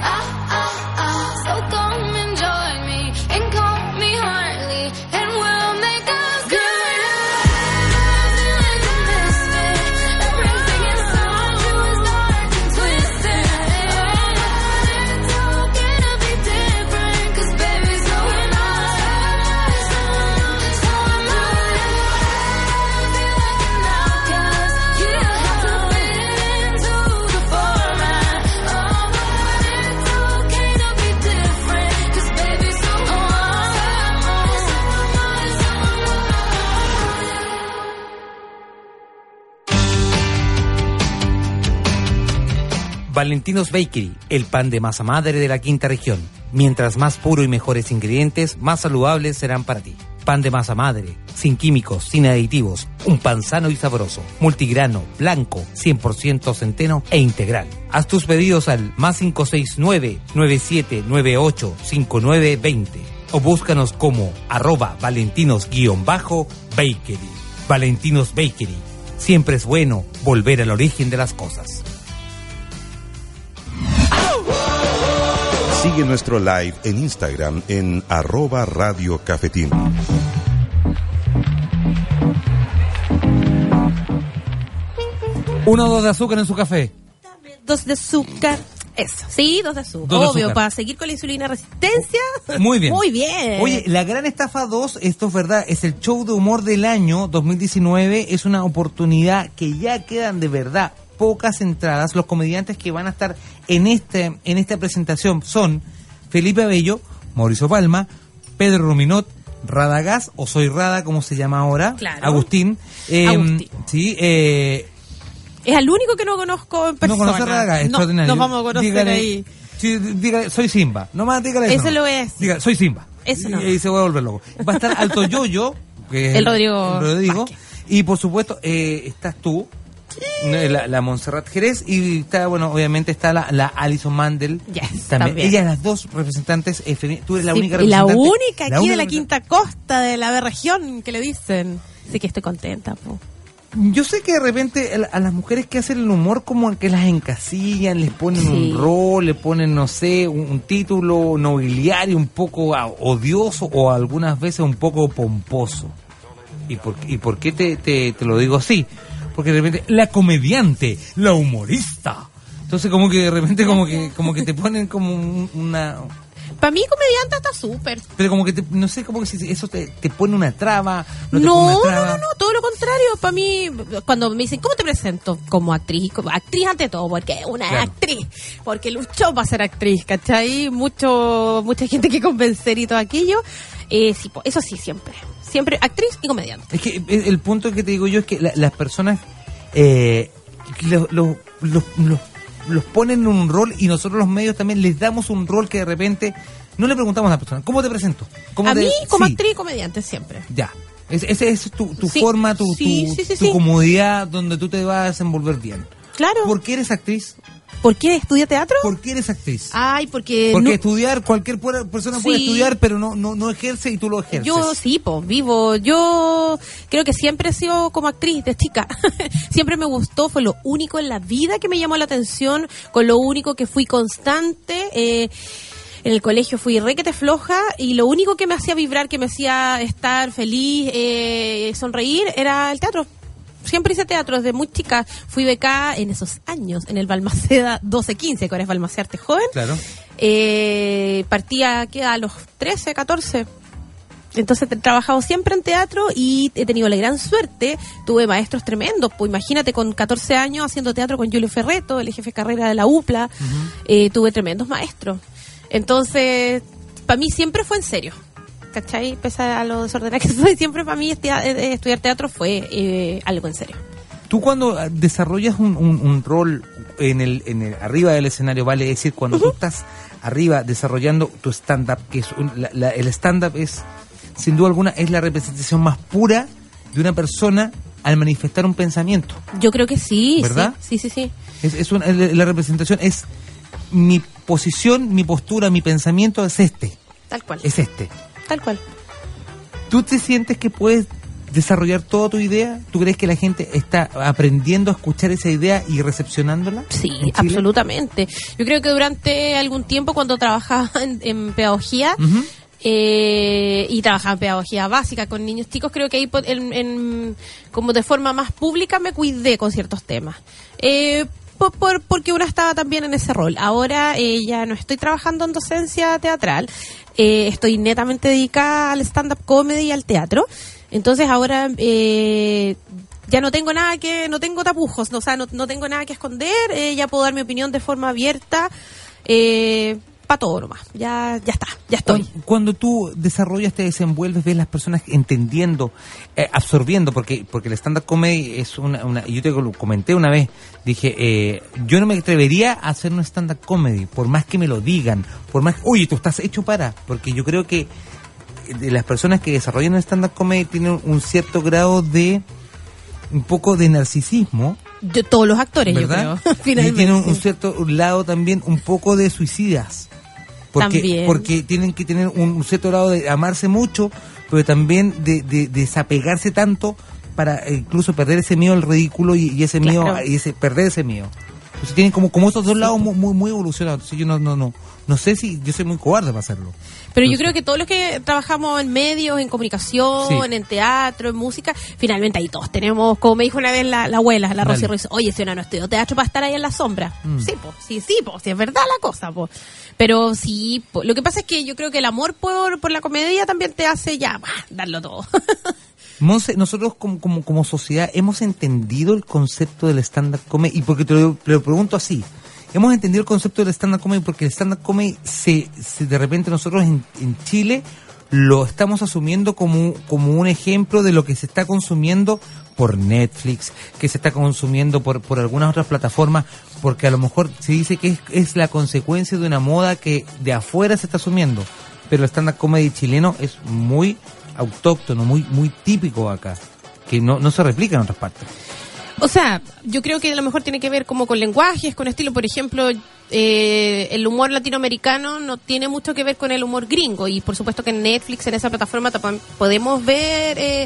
So come and join me and call me Harley, and we'll make us good. Feel like a misfit. Everything inside you is dark and twisted. It's okay to be different, 'cause baby, so am I. So am I. Feel like an outcast. You don't have to fit into the format. Oh, but it's okay to be different, 'cause baby, so am I. So am I, so am I, so am I. Valentinos Bakery, el pan de masa madre de la quinta región. Mientras más puro y mejores ingredientes, más saludables serán para ti. Pan de masa madre, sin químicos, sin aditivos, un pan sano y sabroso, multigrano, blanco, 100% centeno e integral. Haz tus pedidos al más 569-9798-5920 o búscanos como @valentinos_bakery. Valentinos Bakery. Siempre es bueno volver al origen de las cosas. Sigue nuestro live en Instagram en @radiocafetín. 1 o 2 de azúcar en su café. 2 de azúcar. Eso, sí, 2 de azúcar. 2 de Obvio, azúcar. para seguir con la insulina resistencia. Muy bien. Muy bien. Oye, La Gran Estafa 2, esto es verdad, es el show de humor del año 2019. Es una oportunidad que ya quedan de verdad pocas entradas. Los comediantes que van a estar en esta presentación son Felipe Abello, Mauricio Palma, Pedro Ruminot, Radagás, o Soy Rada, como se llama ahora, Claro. Agustín. Agustín. Sí, Es el único que no conozco en persona. no conoce a Radagás, extraordinario. Nos vamos a conocer Dígale, ahí. Sí, dígale, soy Simba. Nomás dígale eso. Eso lo es. Diga, soy Simba. Eso y, no. y se va a volver loco. Va a estar Alto Yoyo, que es El Rodrigo Vázquez. y por supuesto estás tú, la Montserrat Jerez, y está, bueno, obviamente está la Alison Mandel. Yes, también. también. Ellas las dos representantes femeninas. Tú eres la Sí, única y la representante. única aquí de la representante. quinta costa de la región que le dicen. Así que estoy contenta, po. Yo sé que de repente a las mujeres que hacen el humor como que las encasillan, les ponen Sí. un rol, le ponen, no sé, un título nobiliario un poco odioso o algunas veces un poco pomposo. ¿Y por qué te lo digo así? Porque de repente la comediante, la humorista. Entonces como que de repente como que te ponen como una... Para mí, comediante está súper. Pero como que, no sé, como que si eso te pone una traba. No, te No, pone una traba. todo lo contrario. para mí, cuando me dicen, ¿cómo te presento? Como actriz ante todo, porque es una actriz, porque luchó para ser actriz, ¿cachai? Mucha gente que convencer y todo aquello. Sí, eso sí, siempre actriz y comediante. Es que el punto que te digo yo es que las personas los ponen en un rol y nosotros los medios también les damos un rol que de repente no le preguntamos a la persona, ¿cómo te presento? Mí, como actriz y comediante, siempre. Ya. Esa es tu forma, tu sí. comodidad, donde tú te vas a desenvolver bien. Claro. ¿Por qué eres actriz? ¿Por qué estudia teatro? ¿Por qué eres actriz? Ay, porque estudiar, cualquier persona puede estudiar, pero no ejerce y tú lo ejerces. Yo sí, vivo. Yo creo que siempre he sido como actriz de chica. Siempre me gustó, fue lo único en la vida que me llamó la atención, con lo único que fui constante. En el colegio fui requete floja y lo único que me hacía vibrar, que me hacía estar feliz, sonreír, era el teatro. Siempre hice teatro desde muy chica. Fui becada en esos años en el Balmaceda 12-15, que ahora es Balmaceda Arte Joven. Claro. Partía a los 13, 14. Entonces he trabajado siempre en teatro y he tenido la gran suerte. Tuve maestros tremendos. Pues imagínate, con 14 años haciendo teatro con Julio Ferreto, el jefe de carrera de la UPLA. Tuve tremendos maestros. Entonces, para mí siempre fue en serio, ¿cachai? Pese a lo desordenada que soy, siempre para mí estudiar teatro fue algo en serio. Tú cuando desarrollas un rol en el arriba del escenario, vale decir, cuando tú estás arriba desarrollando tu stand-up, que es el stand-up es, sin duda alguna, es la representación más pura de una persona al manifestar un pensamiento. Yo creo que sí, ¿verdad? Sí. La representación es mi posición, mi postura, mi pensamiento es este. Tal cual. Es este. Tal cual. ¿Tú te sientes que puedes desarrollar toda tu idea? ¿Tú crees que la gente está aprendiendo a escuchar esa idea y recepcionándola? Sí, absolutamente. Yo creo que durante algún tiempo, cuando trabajaba en pedagogía, y trabajaba en pedagogía básica con niños chicos, creo que ahí como de forma más pública me cuidé con ciertos temas. Porque uno estaba también en ese rol. Ahora ya no estoy trabajando en docencia teatral, estoy netamente dedicada al stand-up comedy y al teatro. Entonces ahora ya no tengo tapujos, no tengo nada que esconder, ya puedo dar mi opinión de forma abierta, para todo nomás, ya está, ya estoy. Cuando tú desarrollas, te desenvuelves, ves las personas entendiendo, absorbiendo, porque el stand-up comedy es yo te lo comenté una vez, dije, yo no me atrevería a hacer un stand-up comedy, por más que me lo digan, por más, oye, tú estás hecho para, porque yo creo que de las personas que desarrollan el stand-up comedy tienen un cierto grado de, un poco de narcisismo. De todos los actores, ¿verdad? Yo creo, finalmente. Y tienen un cierto lado también, un poco de suicidas. Porque tienen que tener un cierto grado de amarse mucho, pero también de desapegarse tanto para incluso perder ese miedo al ridículo y ese miedo, perder ese miedo. Entonces tienen como esos dos lados muy evolucionados. Entonces yo no sé si yo soy muy cobarde para hacerlo. Pero yo creo que todos los que trabajamos en medios, en comunicación, en teatro, en música, finalmente ahí todos tenemos, como me dijo una vez la abuela, la Rosy Ruiz, oye, si una no estudió teatro para estar ahí en la sombra. Sí, es verdad la cosa, Pero sí, lo que pasa es que yo creo que el amor por la comedia también te hace darlo todo. Monse, nosotros como sociedad hemos entendido el concepto del stand-up comedy, y porque te lo pregunto así, hemos entendido el concepto del stand-up comedy porque el stand-up comedy se de repente nosotros en Chile lo estamos asumiendo como un ejemplo de lo que se está consumiendo por Netflix, que se está consumiendo por algunas otras plataformas, porque a lo mejor se dice que es la consecuencia de una moda que de afuera se está asumiendo, pero el stand-up comedy chileno es muy autóctono, muy típico acá, que no se replica en otras partes. O sea, yo creo que a lo mejor tiene que ver como con lenguajes, con estilo. Por ejemplo, el humor latinoamericano no tiene mucho que ver con el humor gringo, y por supuesto que en Netflix, en esa plataforma, podemos ver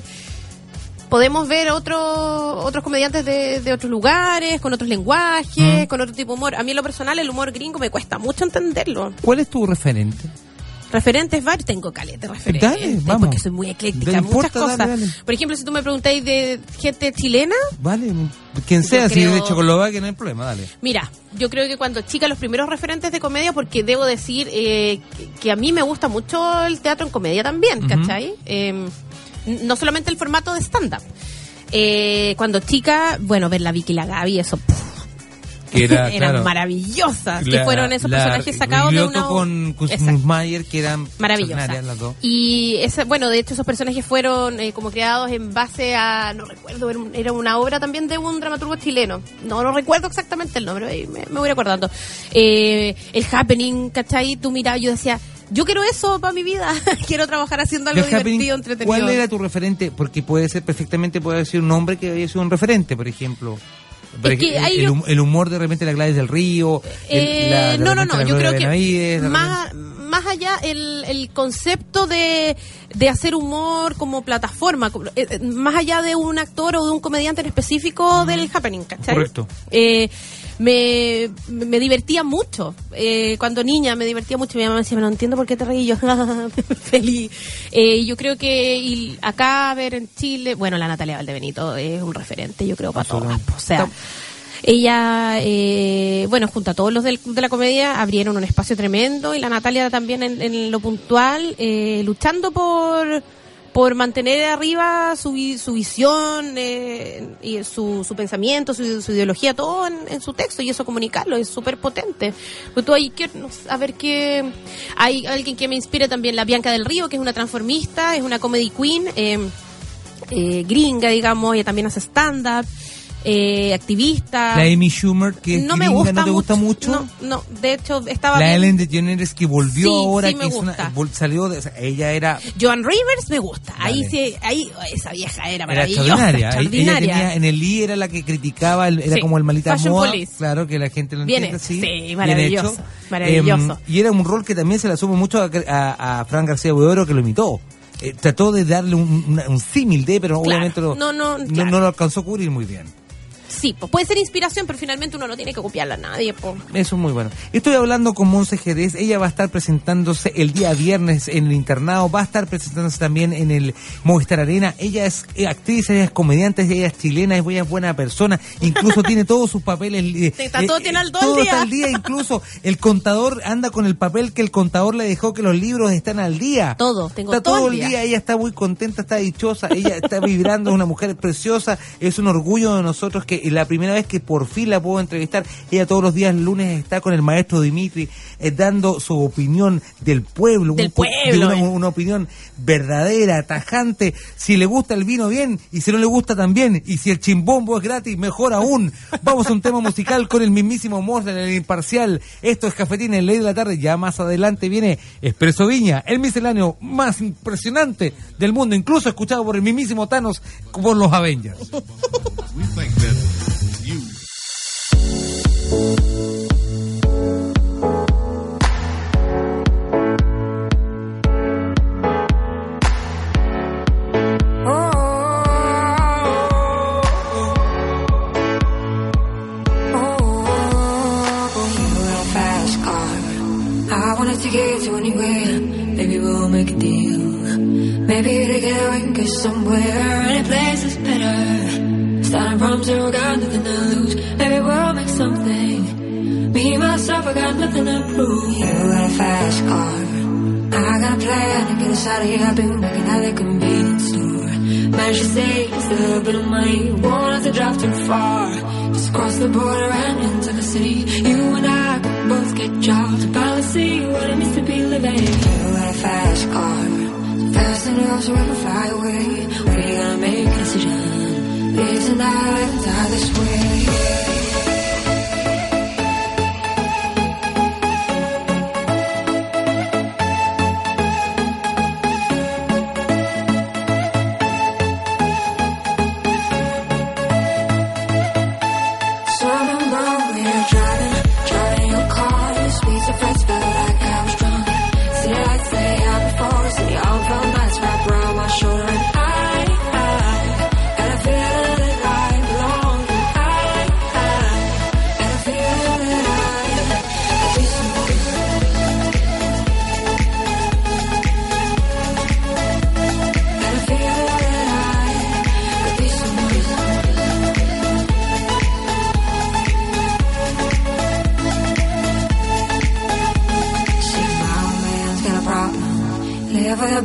otros comediantes de otros lugares, con otros lenguajes, con otro tipo de humor. A mí en lo personal el humor gringo me cuesta mucho entenderlo. ¿Cuál es tu referente? Referentes varios, tengo caleta referentes. Dale, vamos. Porque soy muy ecléctica, muchas cosas. Dale. Por ejemplo, si tú me preguntáis de gente chilena. Vale, quien sea, si es de Checoslovaquia, no hay problema, dale. Mira, yo creo que cuando chica los primeros referentes de comedia, porque debo decir que a mí me gusta mucho el teatro en comedia también, ¿cachai? No solamente el formato de stand-up. Cuando chica, bueno, ver la Vicky y la Gaby, eso... Que eran claro, maravillosas, que fueron esos personajes sacados de una... con Mayer, que eran maravillosas. Las dos. Y bueno, de hecho esos personajes fueron como creados en base a, no recuerdo, era una obra también de un dramaturgo chileno. No recuerdo exactamente el nombre, me voy recordando. El Happening, ¿cachai? Tú mirabas, yo decía, yo quiero eso para mi vida. Quiero trabajar haciendo algo divertido, entretenido. ¿Cuál era tu referente? Porque puede ser perfectamente, puede ser un hombre que haya sido un referente, por ejemplo. El humor de repente la Gladys del Río. Yo creo que más allá el concepto de hacer humor como plataforma, más allá de un actor o de un comediante en específico del Happening, ¿cachai? Correcto. Me divertía mucho. Cuando niña me divertía mucho. Mi mamá me decía, no entiendo por qué te reí. Yo, feliz. Yo creo que acá, a ver, en Chile, bueno, la Natalia Valdebenito es un referente, yo creo, para todas. O sea, ella, junto a todos los de la comedia, abrieron un espacio tremendo, y la Natalia también en lo puntual, luchando por mantener arriba su visión y su pensamiento, su ideología, todo en su texto, y eso comunicarlo es súper potente. Pues tú ahí a ver que hay alguien que me inspire también, la Bianca del Río, que es una transformista, es una comedy queen gringa, digamos, ella también hace stand-up. Activista. La Amy Schumer, que no gringa, me gusta ¿no te gusta mucho? No, de hecho estaba la bien. Ellen DeGeneres, que volvió ahora, sí, que salió de, ella era... Joan Rivers me gusta. Dale. Ahí esa vieja era maravillosa. Ella tenía, en el I era la que criticaba, era como el malita Fashion moda. Police. Claro, que la gente lo entiende así. Sí, maravilloso. Maravilloso. Y era un rol que también se la supo mucho a Fran García Huidobro, que lo imitó. Trató de darle un símil pero obviamente no lo alcanzó a cubrir muy bien. Sí, pues puede ser inspiración, pero finalmente uno no tiene que copiarla a nadie. Po. Eso es muy bueno. Estoy hablando con Monse Jerez. Ella va a estar presentándose el día viernes en el internado. Va a estar presentándose también en el Movistar Arena. Ella es actriz, ella es comediante, ella es chilena, ella es buena persona. Incluso tiene todos sus papeles. Todo tiene todo está al día. Incluso el contador anda con el papel que el contador le dejó, que los libros están al día. Está todo el día. Ella está muy contenta, está dichosa. Ella está vibrando, es una mujer preciosa. Es un orgullo de nosotros que la primera vez que por fin la puedo entrevistar. Ella todos los días lunes está con el maestro Dimitri dando su opinión del pueblo, una opinión verdadera, tajante. Si le gusta el vino, bien, y si no le gusta, también, y si el chimbombo es gratis, mejor aún. Vamos a un tema musical con el mismísimo Mosler, el imparcial. Esto es Cafetín en Ley de la Tarde. Ya más adelante viene Expreso Viña, el misceláneo más impresionante del mundo, incluso escuchado por el mismísimo Thanos por los Avengers. To get to anywhere, maybe we'll make a deal. Maybe together we can get somewhere. Any place is better. Starting from zero, got nothing to lose. Maybe we'll make something. Me, myself, I got nothing to prove. You got a fast car. I got a plan to get us out of here. I've been working at the convenience store. Managed to save just a little bit of money. Won't have to drive too far. Just cross the border and into the city. You and I could both get jobs. Finally see what it means to be living. You got a fast car. So fast enough so we can fly away. We're gonna make a decision. Live tonight and die this way.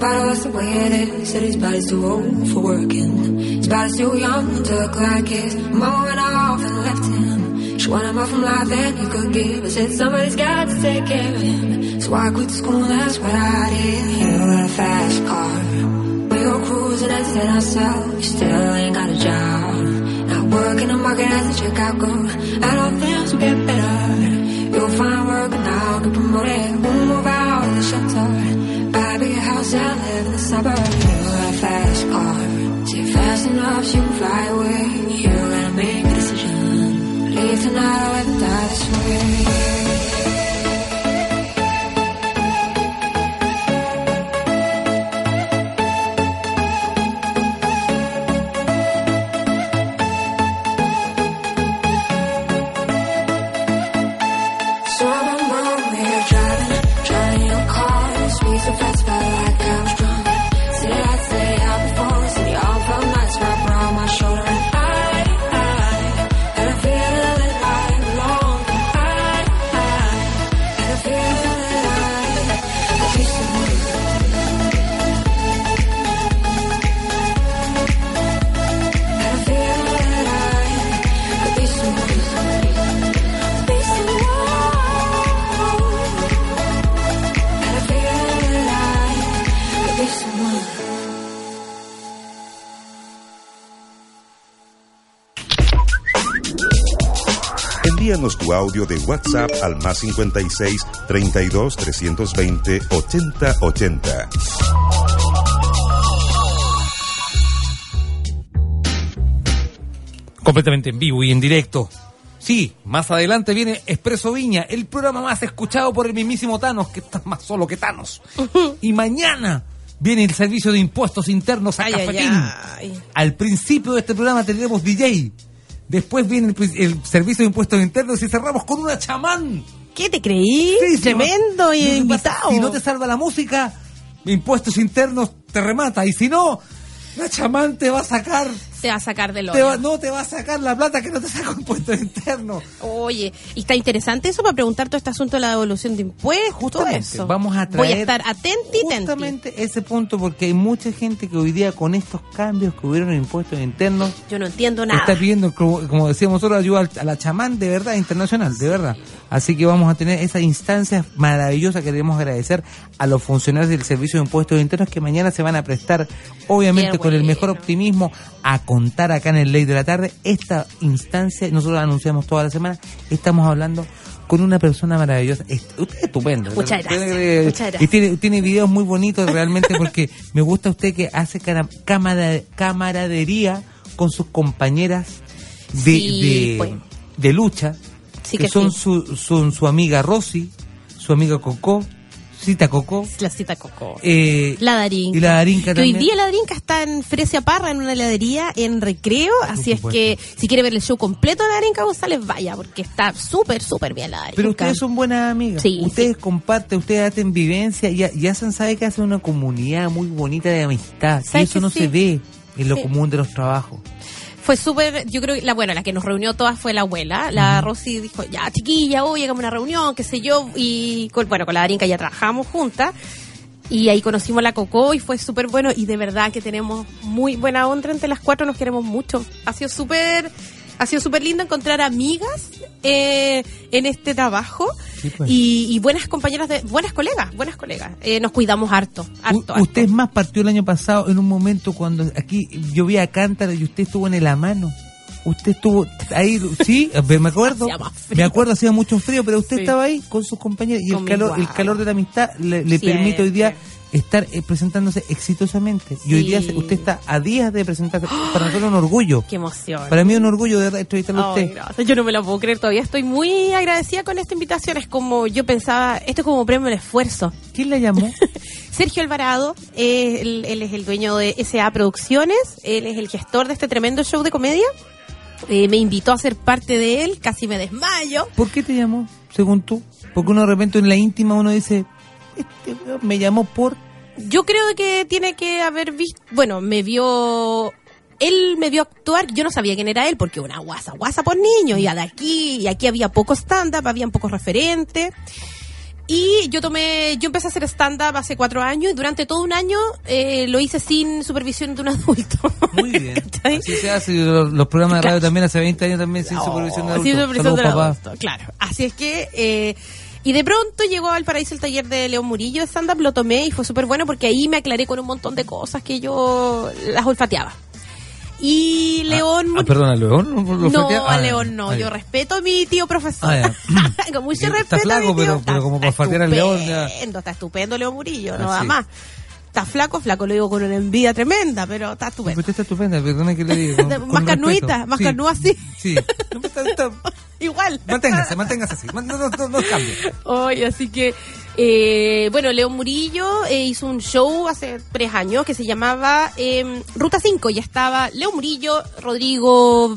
body was the way it is. Said his body's too old for working. His body's too young to look like his. Mama went off and left him. She wanted more from life than he could give. I said somebody's got to take care of him. So I quit school, that's what I did. You got a fast car. We go cruising and set ourselves. You still ain't got a job. Not working the market as a checkout girl. I don't think will get better. You'll find work and I'll get promoted. We'll move out of the shelter. Buy a big house and live in the suburbs. You got a fast car. Say fast enough so you can fly away. You gotta make a decision. Leave tonight or let them die this way. Envíanos tu audio de WhatsApp al más 56 32 320 80 80. Completamente en vivo y en directo. Sí, más adelante viene Expreso Viña, el programa más escuchado por el mismísimo Thanos, que está más solo que Thanos. Y mañana viene el servicio de impuestos internos a Cafetín. Al principio de este programa tendremos DJ. Después viene el servicio de impuestos internos y cerramos con una chamán. ¿Qué te creí? Sí, tremendo y invitado. Si no te salva la música, impuestos internos te remata. Y si no, la chamán te va a sacar... Te va a sacar del hoyo. No te va a sacar la plata que no te saca impuestos internos. Oye, y está interesante eso para preguntar todo este asunto de la devolución de impuestos. Justamente, eso. Vamos a traer Voy a estar atenti. Justamente ese punto, porque hay mucha gente que hoy día con estos cambios que hubieron en impuestos internos, yo no entiendo nada. Está pidiendo, como decíamos nosotros, ayuda a la chamán de verdad, internacional, de verdad. Así que vamos a tener esas instancias maravillosas. Queremos agradecer a los funcionarios del Servicio de Impuestos Internos que mañana se van a prestar, obviamente con el mejor optimismo, a contar acá en el Ley de la Tarde esta instancia. Nosotros la anunciamos toda la semana. Estamos hablando con una persona maravillosa. Usted es estupendo. Muchas gracias. Muchas gracias. Y tiene videos muy bonitos realmente, porque me gusta usted que hace camaradería con sus compañeras de lucha, sí, que son su amiga Rosy, su amiga Coco, Cita Coco. La Cita Coco. La Darinka. Y la Darinka también. Hoy día la Darinka está en Fresia Parra, en una heladería, en Recreo. Así es que si quiere ver el show completo de la Darinka González, vaya, porque está súper, súper bien la Darinka. Pero ustedes son buenas amigas. Sí, ustedes comparten, ustedes hacen vivencia. Ya se sabe que hacen una comunidad muy bonita de amistad. Y eso no se ve en lo común de los trabajos. Fue súper, yo creo que la que nos reunió todas fue la abuela. La Rosy dijo, ya chiquilla, hoy hagamos una reunión, qué sé yo. Y con la Darinka ya trabajamos juntas. Y ahí conocimos a la Coco y fue súper bueno. Y de verdad que tenemos muy buena onda entre las cuatro, nos queremos mucho. Ha sido súper lindo encontrar amigas en este trabajo. Sí, pues. Y buenas compañeras, buenas colegas. Nos cuidamos harto. Usted más partió el año pasado en un momento cuando aquí llovía cántaro y usted estuvo en el Amano. Usted estuvo ahí, sí, me acuerdo, hacía mucho frío, pero usted estaba ahí con sus compañeros y el calor de la amistad le permite hoy día estar presentándose exitosamente. Y hoy día usted está a días de presentarse. Para nosotros es un orgullo. Qué emoción. Para mí es un orgullo de verdad entrevistarlo a usted. Gracias. Yo no me lo puedo creer todavía. Estoy muy agradecida con esta invitación. Es como yo pensaba, esto es como premio al esfuerzo. ¿Quién la llamó? Sergio Alvarado. Él es el dueño de SA Producciones. Él es el gestor de este tremendo show de comedia. Me invitó a ser parte de él. Casi me desmayo. ¿Por qué te llamó, según tú? Porque uno de repente en la íntima uno dice... me llamó por... Yo creo que tiene que haber visto... Bueno, él me vio actuar. Yo no sabía quién era él, porque una guasa por niños. Y aquí había poco stand-up, habían pocos referentes. Y yo empecé a hacer stand-up hace 4 años y durante todo un año lo hice sin supervisión de un adulto. Muy bien. Así se hace. Los programas de radio también hace 20 años también sin supervisión de adultos. Sin supervisión Saludos, de papá. adulto, claro. Así es que... y de pronto llegó al Paraíso el taller de León Murillo de stand-up, lo tomé y fue súper bueno porque ahí me aclaré con un montón de cosas que yo las olfateaba. Y León... Perdón, ¿a León? No, a León no. Yo respeto a mi tío profesor. Con mucho respeto. Está flaco, pero como para olfatear al León... Está estupendo León Murillo, no sí. da más. Está flaco, lo digo con una envidia tremenda, pero está estupendo. Usted está estupenda, perdone que le diga. Más carnuita, más carnuda así. Sí. Igual. Manténgase así. No cambie. Oye, así que... bueno, León Murillo hizo un show hace 3 años que se llamaba Ruta 5 y estaba León Murillo, Rodrigo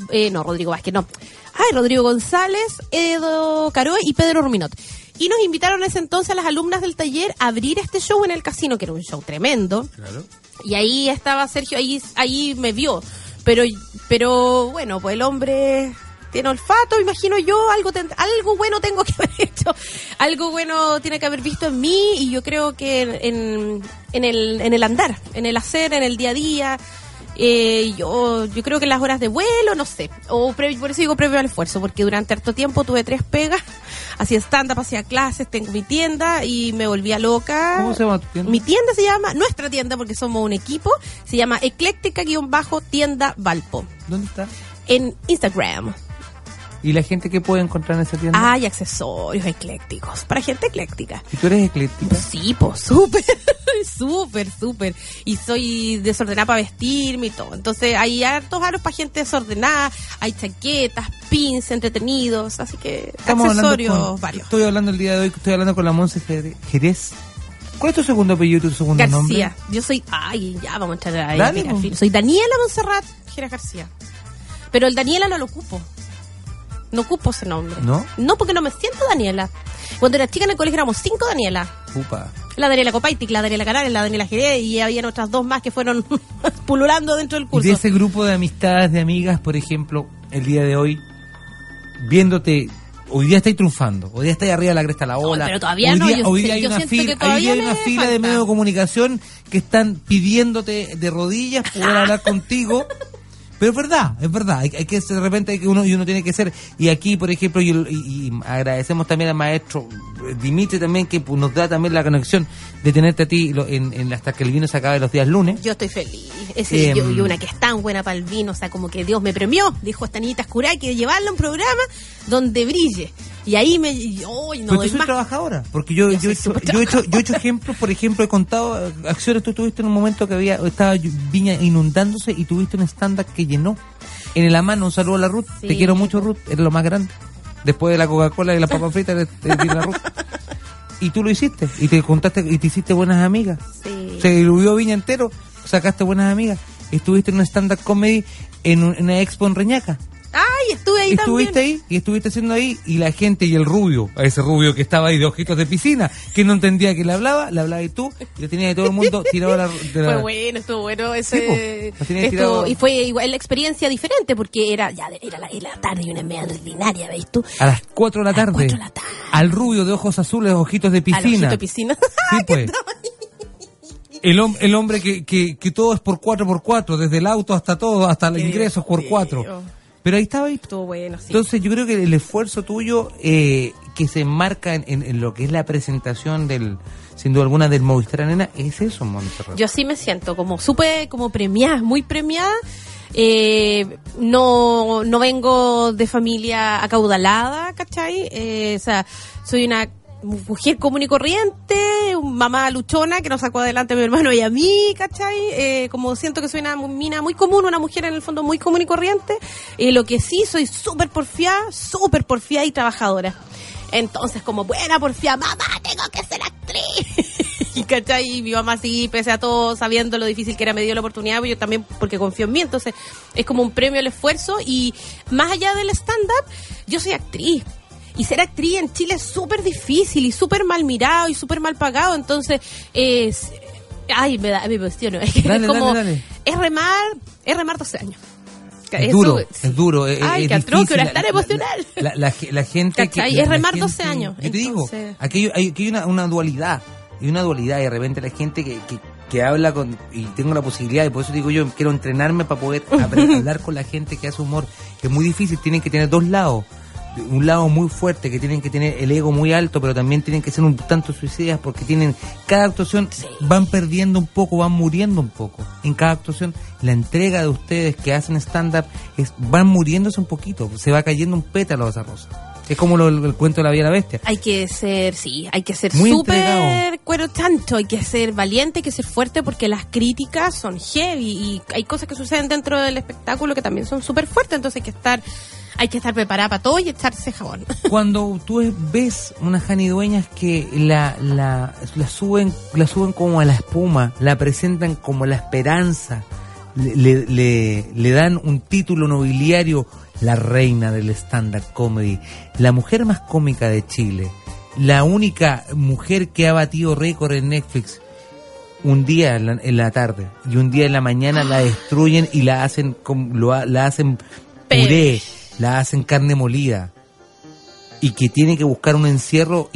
González, Edo Caroe y Pedro Ruminot. Y nos invitaron en ese entonces a las alumnas del taller a abrir este show en el casino, que era un show tremendo. Claro. Y ahí estaba Sergio, ahí me vio. Pero bueno, pues el hombre... tiene olfato, imagino yo, algo bueno tengo que haber hecho, algo bueno tiene que haber visto en mí y yo creo que en el andar, en el hacer, en el día a día, yo creo que en las horas de vuelo, no sé, por eso digo previo al esfuerzo, porque durante harto tiempo tuve 3 pegas, hacía stand-up, hacía clases, tengo mi tienda y me volvía loca. ¿Cómo se llama tu tienda? Mi tienda se llama, nuestra tienda porque somos un equipo, se llama Ecléctica-Tienda Valpo. ¿Dónde está? En Instagram. ¿Y la gente que puede encontrar en esa tienda? Hay accesorios eclécticos, para gente ecléctica. ¿Y tú eres ecléctica? Sí, pues, súper. Y soy desordenada para vestirme y todo. Entonces hay hartos aros para gente desordenada, hay chaquetas, pins entretenidos, así que accesorios varios. Estoy hablando el día de hoy, estoy hablando con la Monse Jerez. ¿Cuál es tu segundo apellido y tu segundo nombre? García. Yo soy, ya vamos a entrar ahí. Soy Daniela Montserrat Jerez García. Pero el Daniela no lo ocupo. No ocupo ese nombre. ¿No? No, porque no me siento Daniela. Cuando era chica en el colegio éramos 5 Daniela. Upa. La Daniela Copaitic, la Daniela Canales, la Daniela Jerez y habían otras 2 más que fueron pululando dentro del curso. Y de ese grupo de amistades, de amigas, por ejemplo, el día de hoy, viéndote, hoy día estáis triunfando, hoy día estáis arriba de la cresta de la ola. No, pero todavía hoy día hay una fila de medios de comunicación que están pidiéndote de rodillas poder hablar contigo. Pero es verdad, hay que de repente uno tiene que ser, y aquí por ejemplo y agradecemos también al maestro Dimitri también que nos da también la conexión de tenerte a ti hasta que el vino se acabe los días lunes. Yo estoy feliz, y una que es tan buena para el vino, o sea, como que Dios me premió, dijo esta niñita Escuray que llevarla a un programa donde brille. Y ahí me... Pero tú soy trabajadora, porque yo he hecho ejemplos, por ejemplo, he contado acciones. Tú tuviste en un momento que estaba Viña inundándose y tuviste un stand-up que llenó. En el Amano, un saludo a la Ruth, te quiero mucho Ruth, eres lo más grande. Después de la Coca-Cola y la papa frita, la Ruth. Y tú lo hiciste, y te contaste, y te hiciste buenas amigas. Sí. Se diluvió Viña entero, sacaste buenas amigas. Estuviste en un stand-up comedy en una expo en Reñaca. Ay, estuve ahí también. Estuviste ahí y estuviste haciendo ahí y la gente y el rubio, a ese rubio que estaba ahí de ojitos de piscina, que no entendía que le hablaba y tú, y le tenías de todo el mundo tirado Fue bueno, estuvo bueno ese... y fue igual la experiencia diferente porque era la tarde y una media ordinaria, ¿veis tú? A las 4 de la tarde. Al rubio de ojos azules, ojitos de piscina. Al ojito de piscina. Sí, pues. El hombre que todo es por 4x4, desde el auto hasta todo, hasta los ingresos por 4. Pero ahí estaba. Estuvo bueno, sí. Entonces yo creo que el esfuerzo tuyo que se enmarca en lo que es la presentación sin duda alguna del Movistar Arena es eso, Montserrat. Yo sí me siento como súper premiada, muy premiada. No vengo de familia acaudalada, ¿cachai? O sea, soy una mujer común y corriente, mamá luchona que nos sacó adelante a mi hermano y a mí, ¿cachai? Como siento que soy una mina muy común, una mujer en el fondo muy común y corriente, lo que sí soy súper porfiada y trabajadora. Entonces, como buena porfiada, mamá, tengo que ser actriz. Y ¿cachai? Y mi mamá sí, pese a todo, sabiendo lo difícil que era, me dio la oportunidad, pero yo también, porque confío en mí. Entonces, es como un premio al esfuerzo. Y más allá del stand-up, yo soy actriz. Y ser actriz en Chile es súper difícil y súper mal mirado y súper mal pagado. Entonces, me emociono. Dale. Es remar 12 años. Es duro, es duro. Ay, qué atroz, que tan emocional. La gente ¿cachai? que... Es remar gente, 12 años. Yo te digo, aquí hay una dualidad. Y una dualidad, y de repente la gente que habla con... Y tengo la posibilidad, y por eso digo yo, quiero entrenarme para poder hablar con la gente que hace humor. Que es muy difícil, tienen que tener dos lados. Un lado muy fuerte, que tienen que tener el ego muy alto, pero también tienen que ser un tanto suicidas, porque tienen... Cada actuación van perdiendo un poco, van muriendo un poco. En cada actuación, la entrega de ustedes que hacen stand-up, van muriéndose un poquito. Se va cayendo un pétalo de esa rosa. Es como el cuento de la Bella y la Bestia. Hay que ser muy súper cuero chancho, hay que ser valiente, hay que ser fuerte, porque las críticas son heavy y hay cosas que suceden dentro del espectáculo que también son súper fuertes, entonces hay que estar preparada para todo y echarse jabón. Cuando tú ves unas Jani Dueñas que la suben como a la espuma, la presentan como la esperanza, le dan un título nobiliario, la reina del stand-up comedy, la mujer más cómica de Chile, la única mujer que ha batido récord en Netflix. Un día en la tarde y un día en la mañana la destruyen y la hacen la hacen puré, la hacen carne molida, y que tiene que buscar un encierro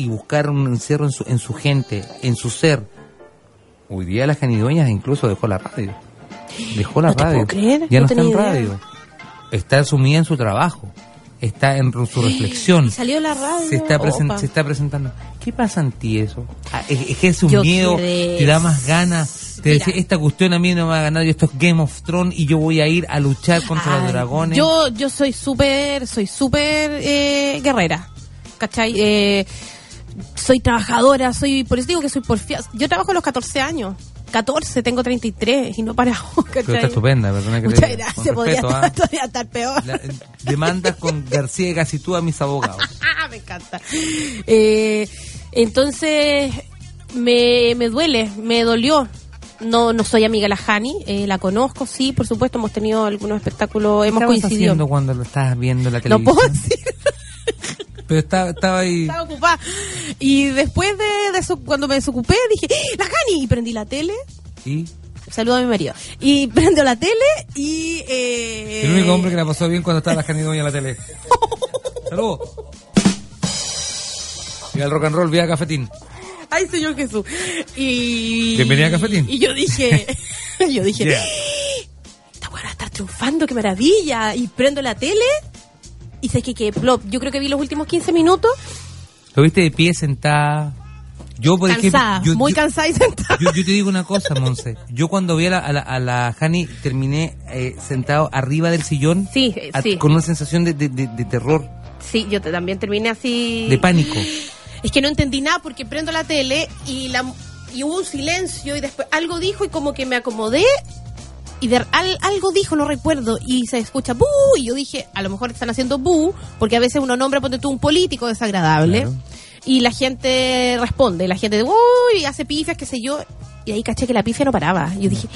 en su gente, en su ser. Hoy día la Jani Dueñas incluso dejó la radio. Dejó la radio. Ya no está en radio. Está sumida en su trabajo. Está en su reflexión. Y salió de la radio. Se está presentando. ¿Qué pasa en ti eso? Es que es un miedo, te da más ganas. Te decía, esta cuestión a mí no me va a ganar, esto es Game of Thrones y yo voy a ir a luchar contra los dragones. Yo soy súper guerrera, ¿cachai? Soy trabajadora, por eso digo que soy porfiada. Yo trabajo a los 14 años. 14, tengo 33 y no para. Pero está estupenda, perdona que muchas gracias, podría estar peor. Demandas con García y Gasitú a mis abogados. Me encanta. Entonces, me duele, me dolió. No soy amiga de la Jani, la conozco, sí, por supuesto, hemos tenido algunos espectáculos, hemos coincidido. ¿Qué estabas haciendo cuando lo estabas viendo en la televisión? No puedo decir. Pero estaba ahí. Estaba ocupada. Y después de eso, cuando me desocupé, dije, ¡la Jani! Y prendí la tele. ¿Y? Saludo a mi marido. Y prendió la tele y... El único hombre que la pasó bien cuando estaba la Jani Dueñas en la tele. ¡Saludos! Y al rock and roll vía Cafetín. ¡Ay, Señor Jesús! Y... Bienvenida a Cafetín. Y yo dije... Yeah. Esta buena va a estar triunfando, qué maravilla. Y prendo la tele... Y sé que yo creo que vi los últimos 15 minutos. ¿Lo viste de pie, sentada? Yo, por cansada, ejemplo, muy cansada y sentada. Yo te digo una cosa, Monse. Yo cuando vi a la Jani terminé sentado arriba del sillón. Sí. Con una sensación de terror. Sí, yo también terminé así. De pánico. Es que no entendí nada porque prendo la tele y hubo un silencio y después algo dijo y como que me acomodé. Y algo dijo, no recuerdo, y se escucha ¡bú! Y yo dije, a lo mejor están haciendo ¡bú! Porque a veces uno nombra, ponte tú, un político desagradable, claro. Y la gente responde, la gente ¡uy! Hace pifias, qué sé yo, y ahí caché que la pifia no paraba. Yo dije,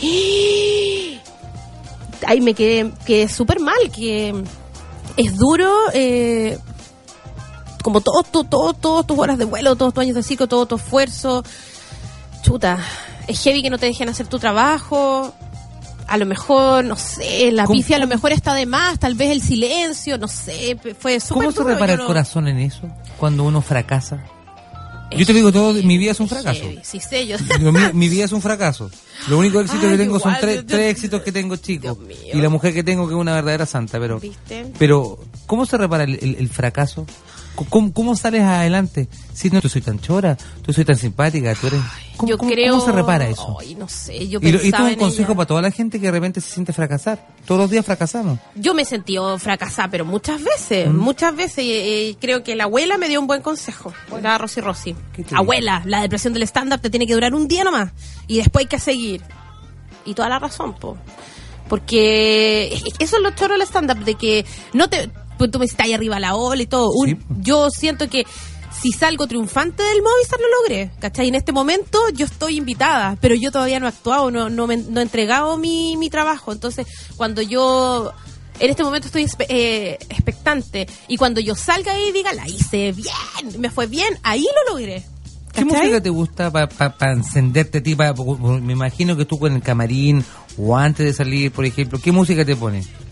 ¡ah! Ahí me quedé súper mal, que es duro, como todas tus horas de vuelo, todos tus años de circo, todo tu esfuerzo, chuta, es heavy que no te dejen hacer tu trabajo. A lo mejor, no sé, la pifia a lo mejor está de más, tal vez el silencio, no sé, fue súper ¿Cómo se repara el corazón en eso cuando uno fracasa? Yo te digo, mi vida es un fracaso. Sí, sé yo. Mi vida es un fracaso. Lo único éxito que tengo son tres éxitos que tengo chicos. Y la mujer que tengo que es una verdadera santa, pero... ¿Viste? Pero, ¿cómo se repara el fracaso? ¿Cómo sales adelante? Si no, tú soy tan chora, tú soy tan simpática, tú eres... ¿Cómo se repara eso? Ay, no sé, yo pensaba y esto es un consejo para toda la gente que de repente se siente fracasar. Todos los días fracasamos. Yo me he sentido fracasada, pero muchas veces. Creo que la abuela me dio un buen consejo. Era Rosy. Abuela, la depresión del stand-up te tiene que durar un día nomás. Y después hay que seguir. Y toda la razón, porque eso es lo choro del stand-up, de que no te... Tú me estás ahí arriba a la ola y todo. Yo siento que si salgo triunfante del Movistar lo logré, ¿cachai? En este momento yo estoy invitada, pero yo todavía no he actuado, no he entregado mi trabajo. Entonces, cuando yo en este momento estoy expectante, y cuando yo salga y diga, la hice bien, me fue bien, ahí lo logré. ¿Cachai? ¿Qué música te gusta para encenderte a ti? Me imagino que tú con el camarín o antes de salir, por ejemplo, ¿qué música te pones?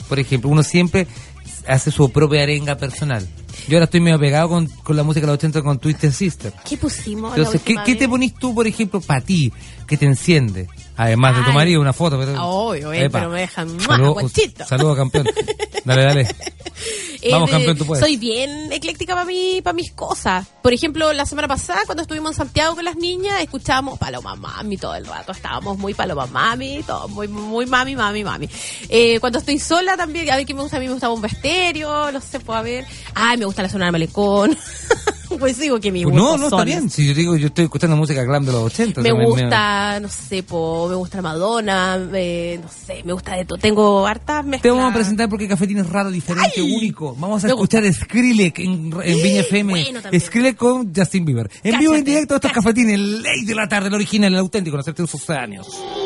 por ejemplo, uno siempre hace su propia arenga personal. Yo ahora estoy medio pegado con la música de los 80 con Twisted Sister. ¿Qué pusimos? Entonces, ¿qué te ponís tú, por ejemplo, para ti, que te enciende? Además de tu marido, una foto. Pero, obvio, pero me dejan guachito. Saludos, campeón. Dale. Vamos, campeón, tú puedes. Soy bien ecléctica para mis cosas. Por ejemplo, la semana pasada, cuando estuvimos en Santiago con las niñas, escuchábamos Paloma Mami todo el rato. Estábamos muy Paloma Mami, todo muy mami. Cuando estoy sola también, a ver qué me gusta. A mí me gusta Bomba Estéreo, no sé, pues a ver. Ay, me gusta la zona del malecón. Pues digo que mi gusto no, está bien. Si yo digo, yo estoy escuchando música glam de los 80. Me gusta, no sé, me gusta la Madonna, no sé, me gusta de todo. Tengo hartas mezclas. Te vamos a presentar porque Cafetín es raro, diferente, único. Vamos a escuchar Skrillex en Viña FM. Bueno, Skrillex con Justin Bieber. En vivo, en directo, estos Cafetines, el ley de la tarde, el original, el auténtico, los 70 años.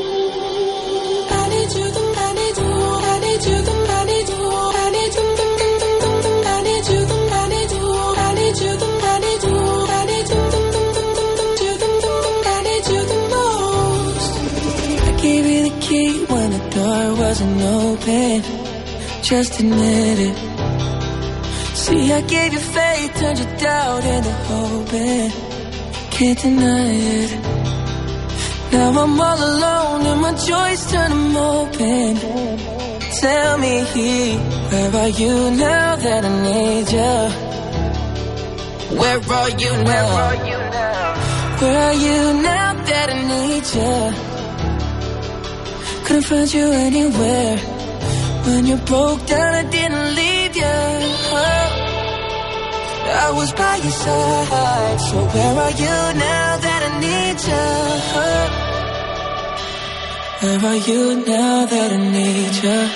When the door wasn't open, just admit it. See, I gave you faith, turned your doubt into hope, and can't deny it. Now I'm all alone and my joys turn them open. Tell me, where are you now that I need you? Where are you now? Where are you now that I need you? Couldn't find you anywhere. When you broke down, I didn't leave you. I was by your side. So where are you now that I need you? Where are you now that I need you?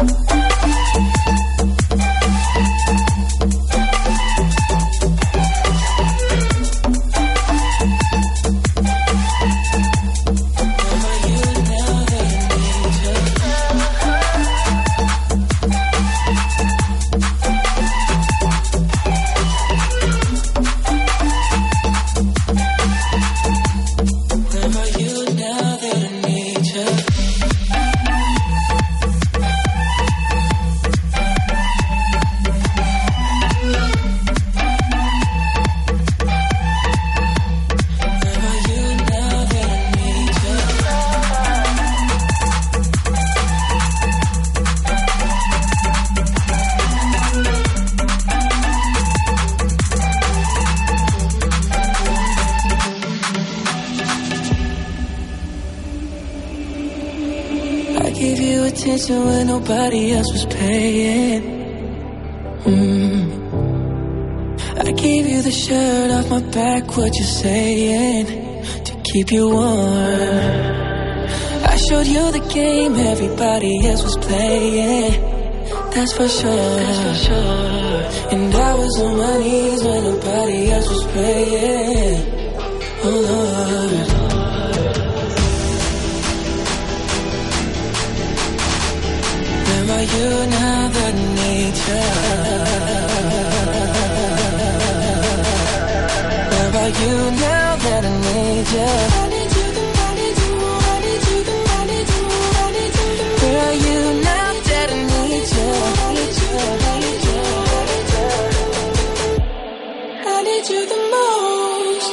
When nobody else was paying. I gave you the shirt off my back, what you saying? To keep you warm. I showed you the game everybody else was playing. That's for sure. And I was on my knees when nobody else was praying. Oh Lord. Where are you now that I need you? Where are you now that I need you? Where are you now that I need you? I need you the most.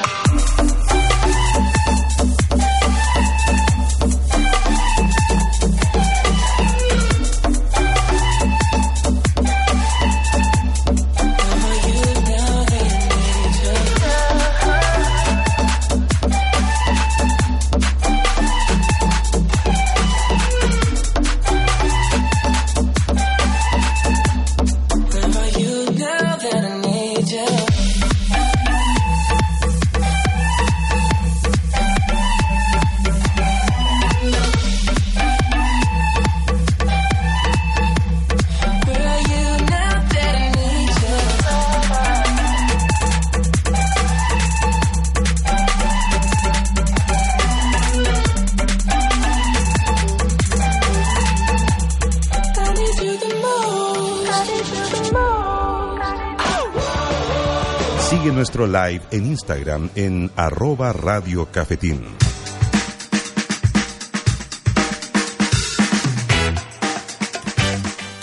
Sigue nuestro live en Instagram en @radiocafetín.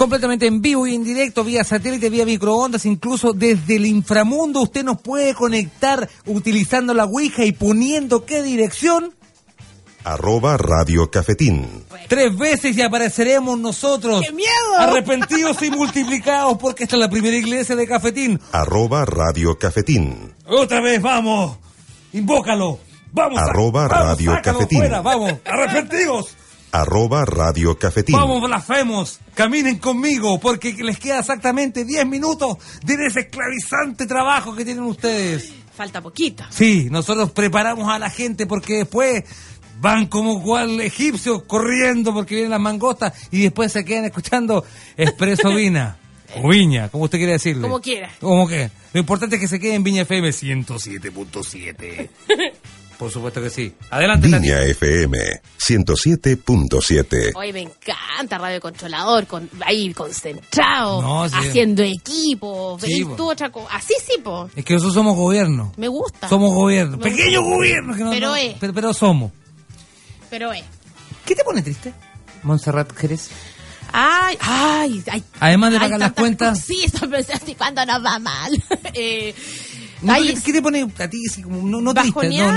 Completamente en vivo y en directo, vía satélite, vía microondas, incluso desde el inframundo usted nos puede conectar utilizando la Ouija y poniendo ¿qué dirección? @Radio Cafetín. 3 veces y apareceremos nosotros. ¡Qué miedo! Arrepentidos y multiplicados, porque esta es la primera iglesia de Cafetín. @Radio Cafetín. Otra vez, vamos. Invócalo. Vamos. Radio sácalo Cafetín. fuera, vamos. Arrepentidos. Radio Cafetín. Vamos, blasfemos. Caminen conmigo, porque les queda exactamente 10 minutos de ese esclavizante trabajo que tienen ustedes. Falta poquito. Sí, nosotros preparamos a la gente porque después van como cual egipcios corriendo porque vienen las mangostas y después se quedan escuchando Expreso Vina. O Viña, como usted quiere decirle. Como quiera. ¿Cómo que? Lo importante es que se quede en Viña FM 107.7. Por supuesto que sí. Adelante, Viña FM 107.7. Hoy me encanta Radio Controlador, ahí concentrado, No, sí. haciendo equipo, Sí, tú otra cosa. Así sí, po. Es que nosotros somos gobierno. Me gusta. Somos gobierno. Me Pequeño gusta. gobierno. Que no, Pero no, es. pero somos. Pero ¿Qué te pone triste, Montserrat Jerez? Ay. Además de hay pagar las tantas cuentas. cositas, pero así cuando nos va mal. No, Ay, ¿qué te pone a ti así como no triste? ¿Bajoneada?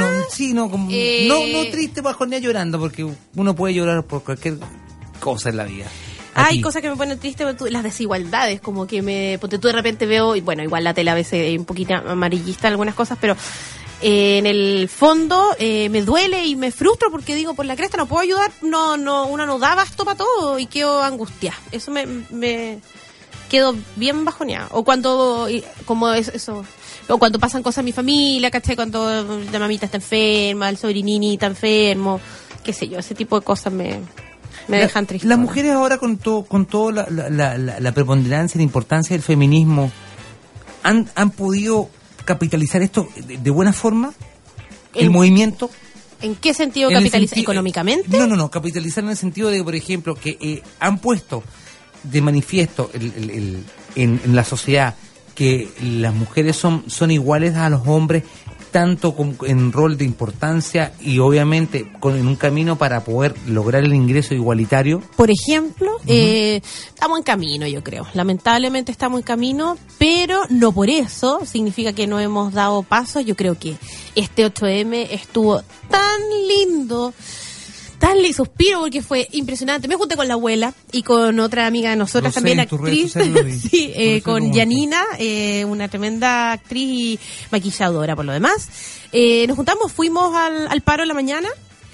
No triste, bajoneada, llorando, porque uno puede llorar por cualquier cosa en la vida. Hay cosas que me ponen triste, las desigualdades, como que porque tú de repente veo, y bueno, igual la tele a veces es un poquito amarillista algunas cosas, pero en el fondo me duele y me frustro porque digo, por la cresta no puedo ayudar, uno no da abasto para todo y quedo angustiada. Eso me quedo bien bajoneada. O cuando, como eso, o cuando pasan cosas en mi familia, ¿cachai? Cuando la mamita está enferma, el sobrinini está enfermo, qué sé yo, ese tipo de cosas me dejan triste. Las mujeres ahora con todo la preponderancia y la importancia del feminismo han podido capitalizar esto de buena forma. El movimiento. ¿En qué sentido En el capitalizar? sentido- ¿Económicamente? No, capitalizar en el sentido de, por ejemplo, que han puesto de manifiesto en la sociedad que las mujeres son iguales a los hombres, tanto en rol de importancia y obviamente en un camino para poder lograr el ingreso igualitario. Por ejemplo, estamos en camino, yo creo. Lamentablemente estamos en camino, pero no por eso significa que no hemos dado paso. Yo creo que este 8M estuvo tan lindo, suspiro porque fue impresionante. Me junté con la abuela y con otra amiga de nosotras, Lo sé, también en tus redes actriz. sociales lo vi. Sí, Por eso con como Yanina, una tremenda actriz y maquilladora por lo demás. Nos juntamos, fuimos al paro en la mañana.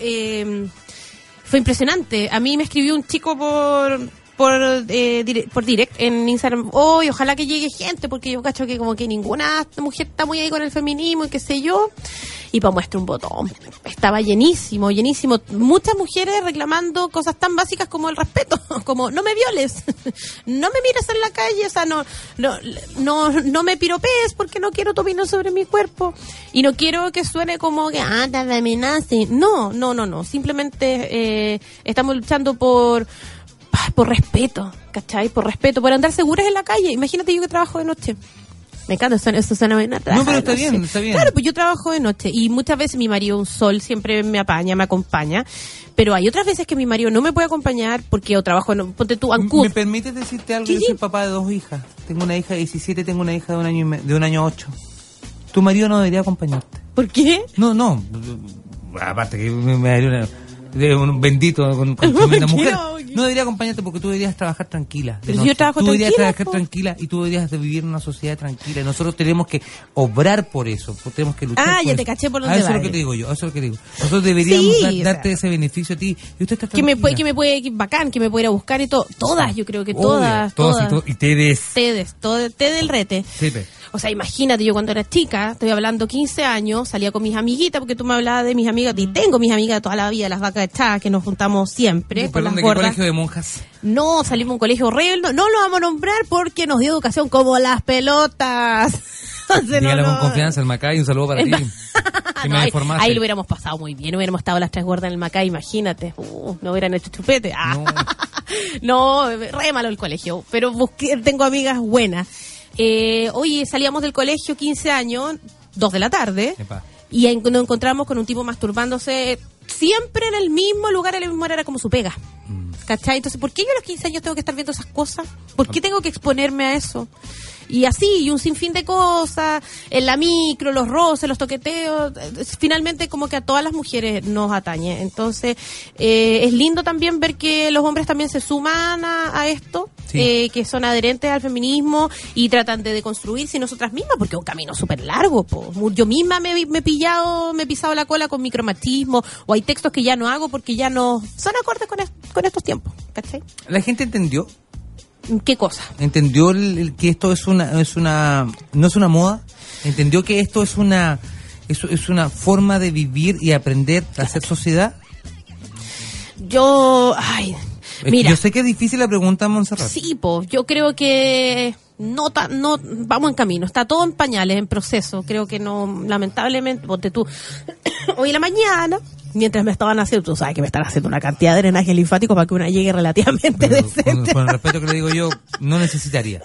Fue impresionante. A mí me escribió un chico por direct en Instagram, ojalá que llegue gente, porque yo cacho que como que ninguna mujer está muy ahí con el feminismo y qué sé yo, y para muestra un botón, estaba llenísimo, muchas mujeres reclamando cosas tan básicas como el respeto, como no me violes, no me mires en la calle, o sea, no me piropees porque no quiero tu opinión sobre mi cuerpo, y no quiero que suene como que, te feminazi, no, simplemente estamos luchando por respeto, ¿cachai? Por respeto, por andar seguras en la calle. Imagínate yo que trabajo de noche. Me encanta, eso suena bien a trabajar. No, pero está de noche. bien, está bien. Claro, pues yo trabajo de noche y muchas veces mi marido, un sol, siempre me acompaña. Pero hay otras veces que mi marido no me puede acompañar porque yo trabajo en, ponte tú, Ancud. ¿Me permites decirte algo? Sí, Yo sí. soy papá de 2 hijas. Tengo una hija de 17, tengo una hija de un año 8. Tu marido no debería acompañarte. ¿Por qué? No. Aparte que me daría un bendito con tremenda ¿Por qué mujer. no? No debería acompañarte porque tú deberías trabajar tranquila. de Pero si noche. yo trabajo tú deberías tranquila, trabajar po. tranquila y tú deberías de vivir en una sociedad tranquila. Y nosotros tenemos que obrar por eso. Tenemos que luchar por Ya eso. te caché por Ah, donde eso es lo va. que te digo yo. Eso es lo que digo. Nosotros deberíamos Sí, o sea, darte ese beneficio a ti. Y usted está Que me tranquila. puede, bacán, que me puede ir a buscar y todo. Todas, yo creo que todas. Y ustedes. Té del rete. Sí, pe. O sea, imagínate, yo cuando era chica, estoy hablando 15 años, salía con mis amiguitas, porque tú me hablabas de mis amigas, y tengo mis amigas de toda la vida, las vacas echadas, que nos juntamos siempre, por Perdón, las ¿de qué gordas. colegio de monjas? No, salimos de un colegio horrible, no lo vamos a nombrar porque nos dio educación como las pelotas. Entonces, Dígale no, con confianza, el Macay, un saludo para ti. Que me ahí, informaste. ahí lo hubiéramos pasado muy bien, hubiéramos estado las tres gordas en el Macay, imagínate. No hubieran hecho chupete. No, re malo el colegio, pero tengo amigas buenas. Oye, salíamos del colegio 15 años, 2 de la tarde, Epa. y ahí nos encontramos con un tipo masturbándose siempre en el mismo lugar, en la misma hora, era como su pega. ¿cachai? Entonces, ¿por qué yo a los 15 años tengo que estar viendo esas cosas? ¿Por qué tengo que exponerme a eso? Y así, y un sinfín de cosas, en la micro, los roces, los toqueteos, finalmente como que a todas las mujeres nos atañe. Entonces, es lindo también ver que los hombres también se suman a esto, sí. Que son adherentes al feminismo y tratan de deconstruirse nosotras mismas, porque es un camino súper largo, po. Yo misma me he pisado la cola con micromachismo, o hay textos que ya no hago porque ya no son acordes con estos tiempos, ¿cachai? ¿La gente entendió? ¿Qué cosa? ¿Entendió que esto no es una moda? ¿Entendió que esto es una forma de vivir y aprender a hacer sociedad? Mira. Yo sé que es difícil la pregunta, Montserrat. Sí, yo creo que no vamos en camino, está todo en pañales, en proceso. Creo que no, lamentablemente, ponte tú, hoy en la mañana, mientras me estaban haciendo, tú sabes que me están haciendo una cantidad de drenaje linfático para que una llegue relativamente decente. Con el respeto que le digo yo, no necesitaría.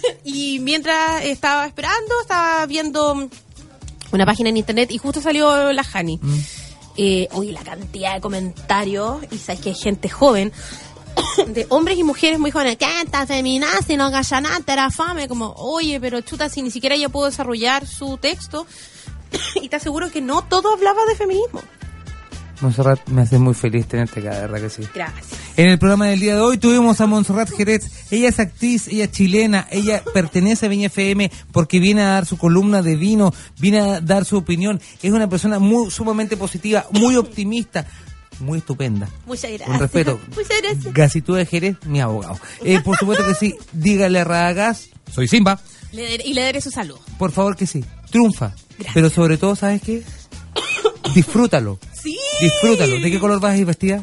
Y mientras estaba esperando, estaba viendo una página en internet y justo salió la Jani. Oye, la cantidad de comentarios, y sabes que hay gente joven, de hombres y mujeres muy jóvenes, ¿qué esta feminazi, no gallanate, era fame? Como, oye, pero chuta, si ni siquiera ella pudo desarrollar su texto, y te aseguro que no todo hablaba de feminismo. Montserrat, me hace muy feliz tenerte acá, de verdad que sí. Gracias. En el programa del día de hoy tuvimos a Montserrat Jerez. Ella es actriz, ella es chilena, ella pertenece a Viña FM porque viene a dar su columna de vino, viene a dar su opinión. Es una persona sumamente positiva, muy optimista, muy estupenda. Muchas gracias. Con respeto. Muchas gracias. Gasitú de Jerez, mi abogado. Por supuesto que sí. Dígale a Radagás, soy Simba. Y le daré su saludo. Por favor que sí. Triunfa. Gracias. Pero sobre todo, ¿sabes qué? Disfrútalo. Sí. Disfrútalo. ¿De qué color vas a ir vestida?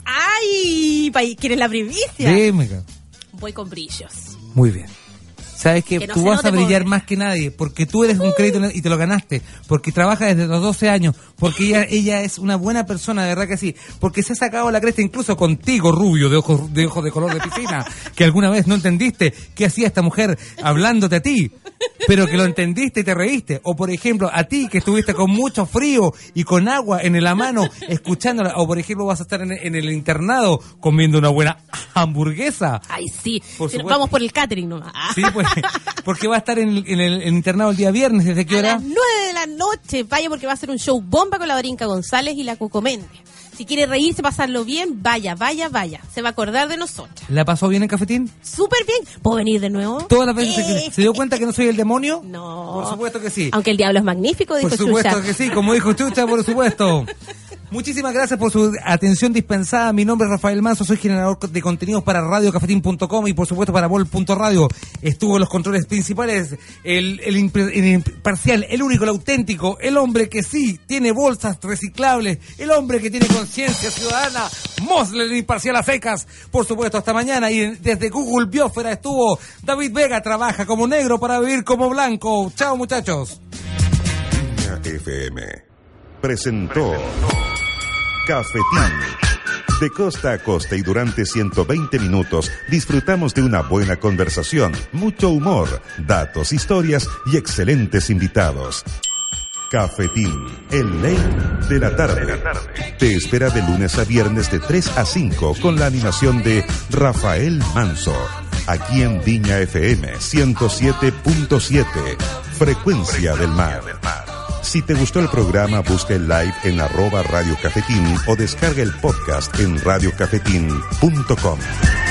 ¡Ay! ¿Quieres la primicia? Dime. Voy con brillos. Muy bien. Sabes que no tú vas a brillar más que nadie, porque tú eres un crédito y te lo ganaste, porque trabajas desde los 12 años, porque ella es una buena persona, de verdad que sí, porque se ha sacado la cresta incluso contigo, rubio, de ojos de color de piscina, que alguna vez no entendiste qué hacía esta mujer hablándote a ti, pero que lo entendiste y te reíste. O por ejemplo, a ti que estuviste con mucho frío y con agua en la mano escuchándola, o por ejemplo vas a estar en el internado comiendo una buena hamburguesa. Ay, sí. Vamos por el catering nomás. Sí, pues, porque va a estar en el internado el día viernes. ¿Desde qué hora? A las 9 de la noche. Vaya, porque va a ser un show bomba con la Dorinka González y la Coco Méndez. Si quiere reírse, pasarlo bien, vaya. Se va a acordar de nosotros. ¿La pasó bien en Cafetín? Súper bien. ¿Puedo venir de nuevo? Todas las veces. ¿Se dio cuenta que no soy el demonio? No. Por supuesto que sí. Aunque el diablo es magnífico, dijo Chucha. Por supuesto que sí, como dijo Chucha, por supuesto. Muchísimas gracias por su atención dispensada. Mi nombre es Rafael Manso, soy generador de contenidos para radiocafetín.com y por supuesto para vol.radio. Estuvo en los controles principales el imparcial, el único, el auténtico, el hombre que sí tiene bolsas reciclables, el hombre que tiene conciencia ciudadana, Mosler, el imparcial a secas. Por supuesto, hasta mañana. Y desde Google Biosfera estuvo David Vega, trabaja como negro para vivir como blanco. Chao, muchachos. Viña FM presentó Cafetín. De costa a costa y durante 120 minutos disfrutamos de una buena conversación, mucho humor, datos, historias y excelentes invitados. Cafetín, el late de la tarde. Te espera de lunes a viernes de 3 a 5 con la animación de Rafael Manso. Aquí en Viña FM 107.7, Frecuencia del Mar. Si te gustó el programa, busca el live en @radiocafetín o descarga el podcast en radiocafetín.com.